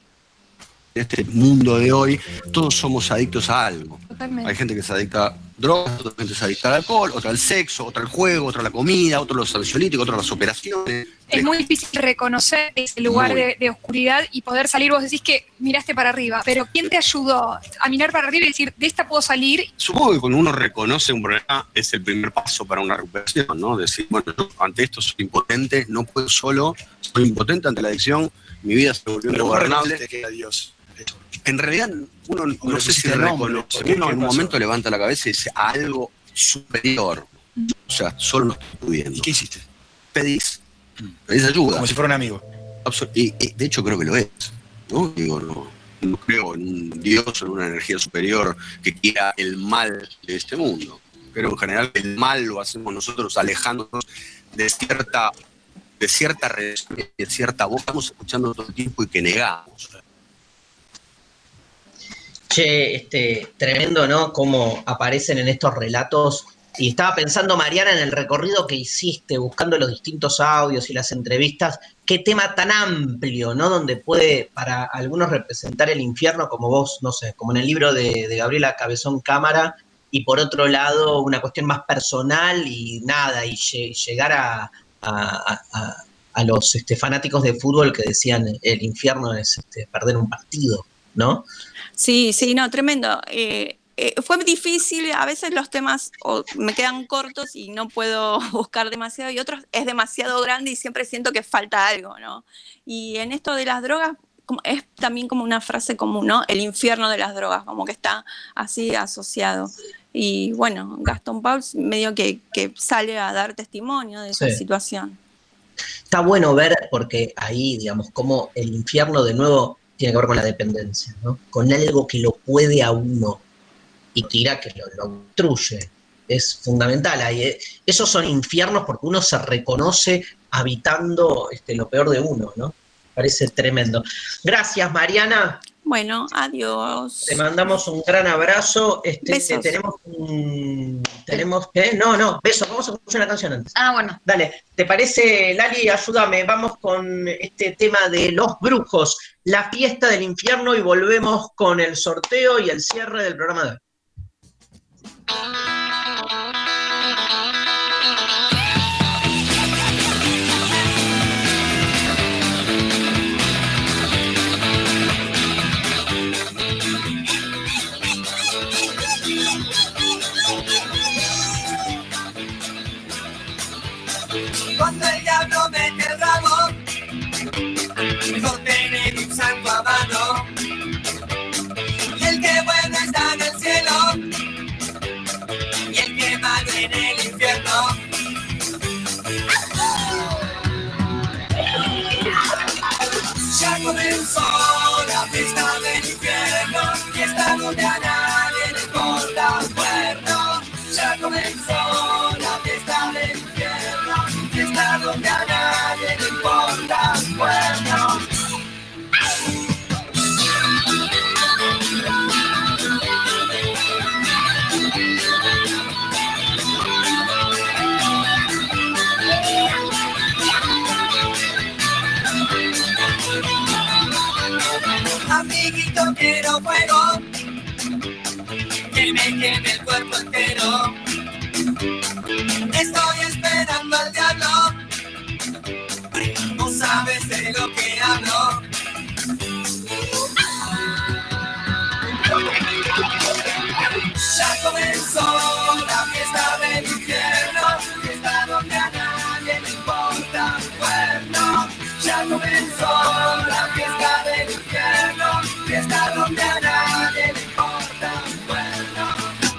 En este mundo de hoy, todos somos adictos a algo. Totalmente. Hay gente que se adicta a drogas, otra gente se adicta al alcohol, otra al sexo, otra al juego, otra a la comida, otro a los ansiolíticos, otro a las operaciones. Es muy difícil reconocer ese lugar de oscuridad y poder salir. Vos decís que miraste para arriba, pero ¿quién te ayudó a mirar para arriba y decir, de esta puedo salir? Supongo que cuando uno reconoce un problema es el primer paso para una recuperación, ¿no? Decir, bueno, yo ante esto soy impotente, no puedo solo, soy impotente ante la adicción, mi vida se volvió ingobernable. En realidad, uno no sé si reconoce, uno en un momento levanta la cabeza y dice a algo superior. O sea, solo no estoy pudiendo. ¿Y qué hiciste? Pedís ayuda. Como si fuera un amigo. Y de hecho creo que lo es, ¿no? Digo, no creo en un Dios o en una energía superior que quiera el mal de este mundo. Pero en general el mal lo hacemos nosotros alejándonos de cierta relación, de cierta voz que estamos escuchando todo el tiempo y que negamos. Che, tremendo, ¿no? Cómo aparecen en estos relatos. Y estaba pensando, Mariana, en el recorrido que hiciste, buscando los distintos audios y las entrevistas, qué tema tan amplio, ¿no? Donde puede para algunos representar el infierno, como vos, no sé, como en el libro de Gabriela Cabezón Cámara, y por otro lado una cuestión más personal y nada, y llegar a los fanáticos de fútbol que decían el infierno es perder un partido, ¿no? Sí, no, tremendo. Fue difícil, a veces los temas me quedan cortos y no puedo buscar demasiado, y otros es demasiado grande y siempre siento que falta algo, ¿no? Y en esto de las drogas es también como una frase común, ¿no? El infierno de las drogas, como que está así asociado. Y bueno, Gastón Pauls medio que sale a dar testimonio de esa situación. Está bueno ver, porque ahí, digamos, como el infierno de nuevo tiene que ver con la dependencia, ¿no? Con algo que lo puede a uno y tira que lo obstruye. Es fundamental. Esos son infiernos porque uno se reconoce habitando lo peor de uno, ¿no? Parece tremendo. Gracias, Mariana. Bueno, adiós. Te mandamos un gran abrazo. Besos. Tenemos que. No, besos. Vamos a escuchar una canción antes. Bueno. Dale. ¿Te parece, Lali? Ayúdame. Vamos con este tema de Los Brujos, la fiesta del infierno, y volvemos con el sorteo y el cierre del programa de hoy. Cuando el diablo mete el rabo, mejor tener un santo a mano. Y el que bueno está en el cielo, y el que malo en el infierno. Ya comenzó la fiesta del infierno, fiesta donde a nadie le importa un cuerno. Ya comenzó la fiesta del infierno, fiesta donde a nadie le importa un cuerno. Amiguito, quiero fuego, que me queme el cuerpo entero. Estoy esperando al diablo, no sabes de lo que hablo. Ya comenzó la fiesta del infierno, fiesta donde a nadie le importa un cuerno. Ya comenzó la fiesta del infierno, fiesta donde a nadie le importa un cuerno.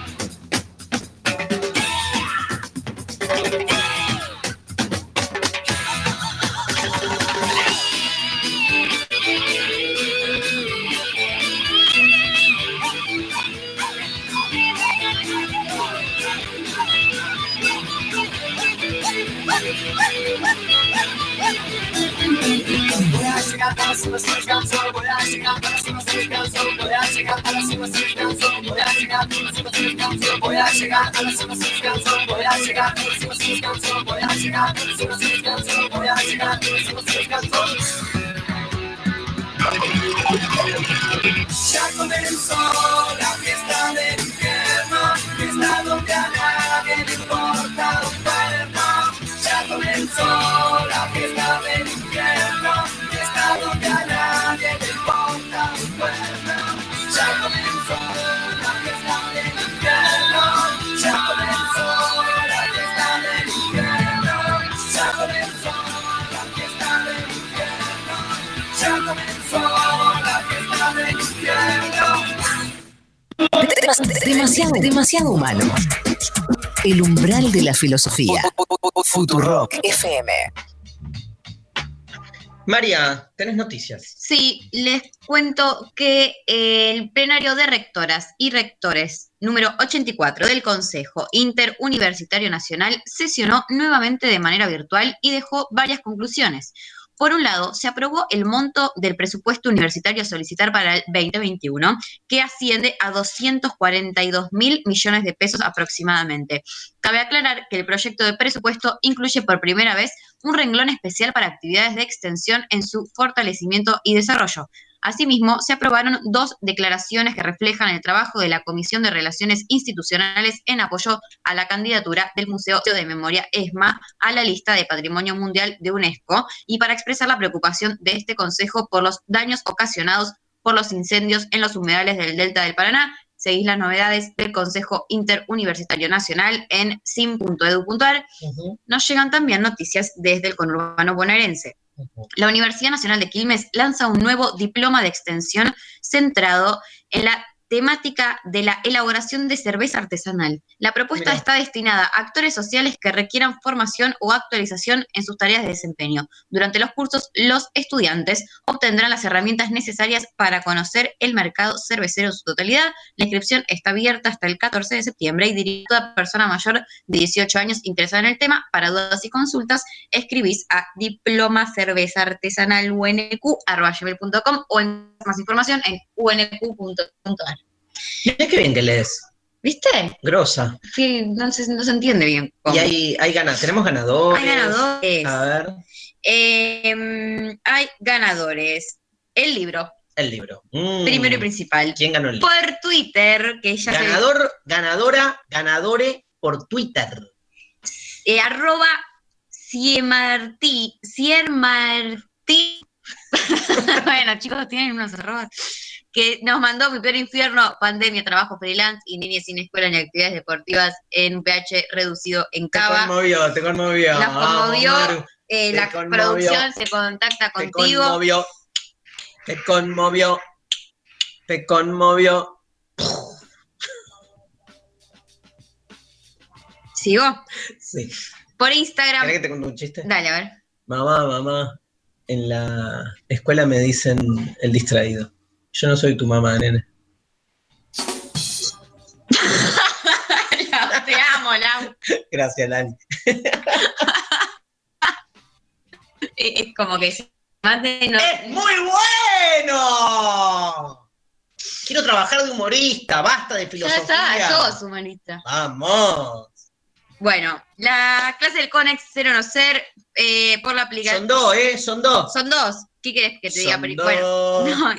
Voy a llegar a la cima sin descanso, voy a llegar a la cima sin descanso, voy a llegar a la cima sin descanso, voy a llegar a la cima sin descanso, voy a llegar a la cima sin descanso, voy a llegar a la cima sin descanso, voy a llegar a la cima sin descanso, voy a llegar a la cima sin descanso. Ya comenzó la fiesta del infierno, fiesta donde a nadie le importa un cuerno. Ya comenzó la fiesta del infierno, fiesta donde a nadie le importa un cuerno. Ya comenzó la fiesta del infierno, ya comenzó la fiesta del infierno, ya comenzó la fiesta del infierno, ya comenzó la fiesta del infierno. Demasiado humano. El umbral de la filosofía. Futurock FM. María, ¿tenés noticias? Sí, les cuento que el plenario de rectoras y rectores número 84 del Consejo Interuniversitario Nacional sesionó nuevamente de manera virtual y dejó varias conclusiones. Por un lado, se aprobó el monto del presupuesto universitario a solicitar para el 2021, que asciende a 242.000 millones de pesos aproximadamente. Cabe aclarar que el proyecto de presupuesto incluye por primera vez un renglón especial para actividades de extensión en su fortalecimiento y desarrollo. Asimismo, se aprobaron 2 declaraciones que reflejan el trabajo de la Comisión de Relaciones Institucionales en apoyo a la candidatura del Museo de Memoria ESMA a la lista de Patrimonio Mundial de UNESCO y para expresar la preocupación de este Consejo por los daños ocasionados por los incendios en los humedales del Delta del Paraná. Seguís las novedades del Consejo Interuniversitario Nacional en sim.edu.ar. Nos llegan también noticias desde el conurbano bonaerense. La Universidad Nacional de Quilmes lanza un nuevo diploma de extensión centrado en la temática de la elaboración de cerveza artesanal. La propuesta está destinada a actores sociales que requieran formación o actualización en sus tareas de desempeño. Durante los cursos, los estudiantes obtendrán las herramientas necesarias para conocer el mercado cervecero en su totalidad. La inscripción está abierta hasta el 14 de septiembre y dirigida a persona mayor de 18 años interesada en el tema. Para dudas y consultas, escribís a diplomacervezaartesanalunq@gmail.com o en más información en unq.ar. Mirá qué bien que lees. ¿Viste? Grosa. Sí, no se entiende bien. ¿Cómo? Y tenemos ganadores. Hay ganadores. A ver. Hay ganadores. El libro. Primero y principal. ¿Quién ganó el libro? Por Twitter, que ya ganadore por Twitter. @Ciermartí. Bueno, chicos, tienen unos errores. Que nos mandó Mi Peor Infierno, pandemia, trabajo freelance y niñas sin escuela ni actividades deportivas en un pH reducido en Cava. Te conmovió. Nos conmovió. Maru, la producción se contacta contigo. Te conmovió. ¿Sigo? Sí. Por Instagram. ¿Querés que te cuente un chiste? Dale, a ver. Mamá, en la escuela me dicen el distraído. Yo no soy tu mamá, nene. Te amo, Lau. Gracias, Lali. Es como que se mate, no. ¡Es muy bueno! Quiero trabajar de humorista, basta de filosofía. Ya está, sos humanista. ¡Vamos! Bueno, la clase del Conex Ser o No Ser por la aplicación. Son dos. Son dos. ¿Qué querés que te diga? Son Bueno, dos. no.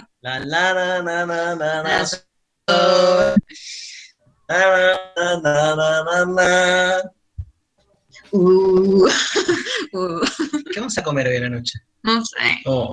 ¿Qué vamos a comer hoy en la noche? No sé. Oh.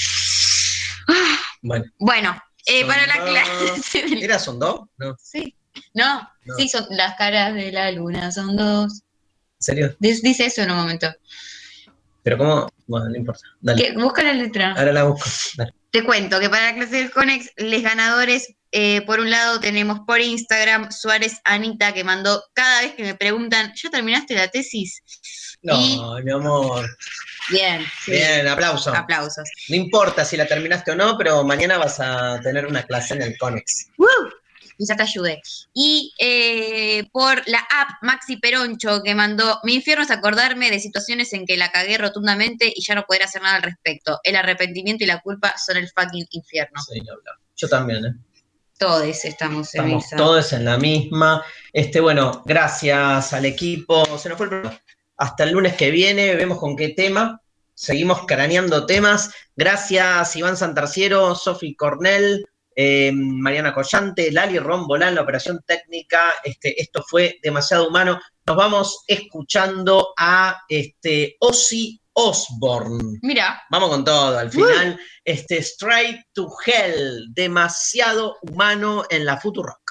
Bueno, para la clase. ¿Son dos? No. Sí. No, sí, son las caras de la luna, son dos. ¿En serio? Dice eso en un momento. ¿Pero cómo? Bueno, no importa. Dale. Busca la letra. Ahora la busco. Dale. Te cuento que para la clase del Conex, los ganadores, por un lado tenemos por Instagram Suárez Anita, que mandó cada vez que me preguntan, ¿ya terminaste la tesis? No, mi amor. Bien. Sí. Bien, aplausos. Aplausos. No importa si la terminaste o no, pero mañana vas a tener una clase en el Conex. Ya te ayudé. Y por la app Maxi Peroncho, que mandó, mi infierno es acordarme de situaciones en que la cagué rotundamente y ya no poder hacer nada al respecto. El arrepentimiento y la culpa son el fucking infierno. Sí, yo también, Todos estamos en esa. Todos en la misma. Bueno, gracias al equipo. Se nos fue el programa. Hasta el lunes que viene, vemos con qué tema. Seguimos craneando temas. Gracias, Iván Santarciero, Sofi Cornell, Mariana Collante, Lali Rombolán, la operación técnica. Esto fue Demasiado Humano. Nos vamos escuchando a Ozzy Osbourne. Mira. Vamos con todo, al final. Straight to Hell, Demasiado Humano en la Futurock.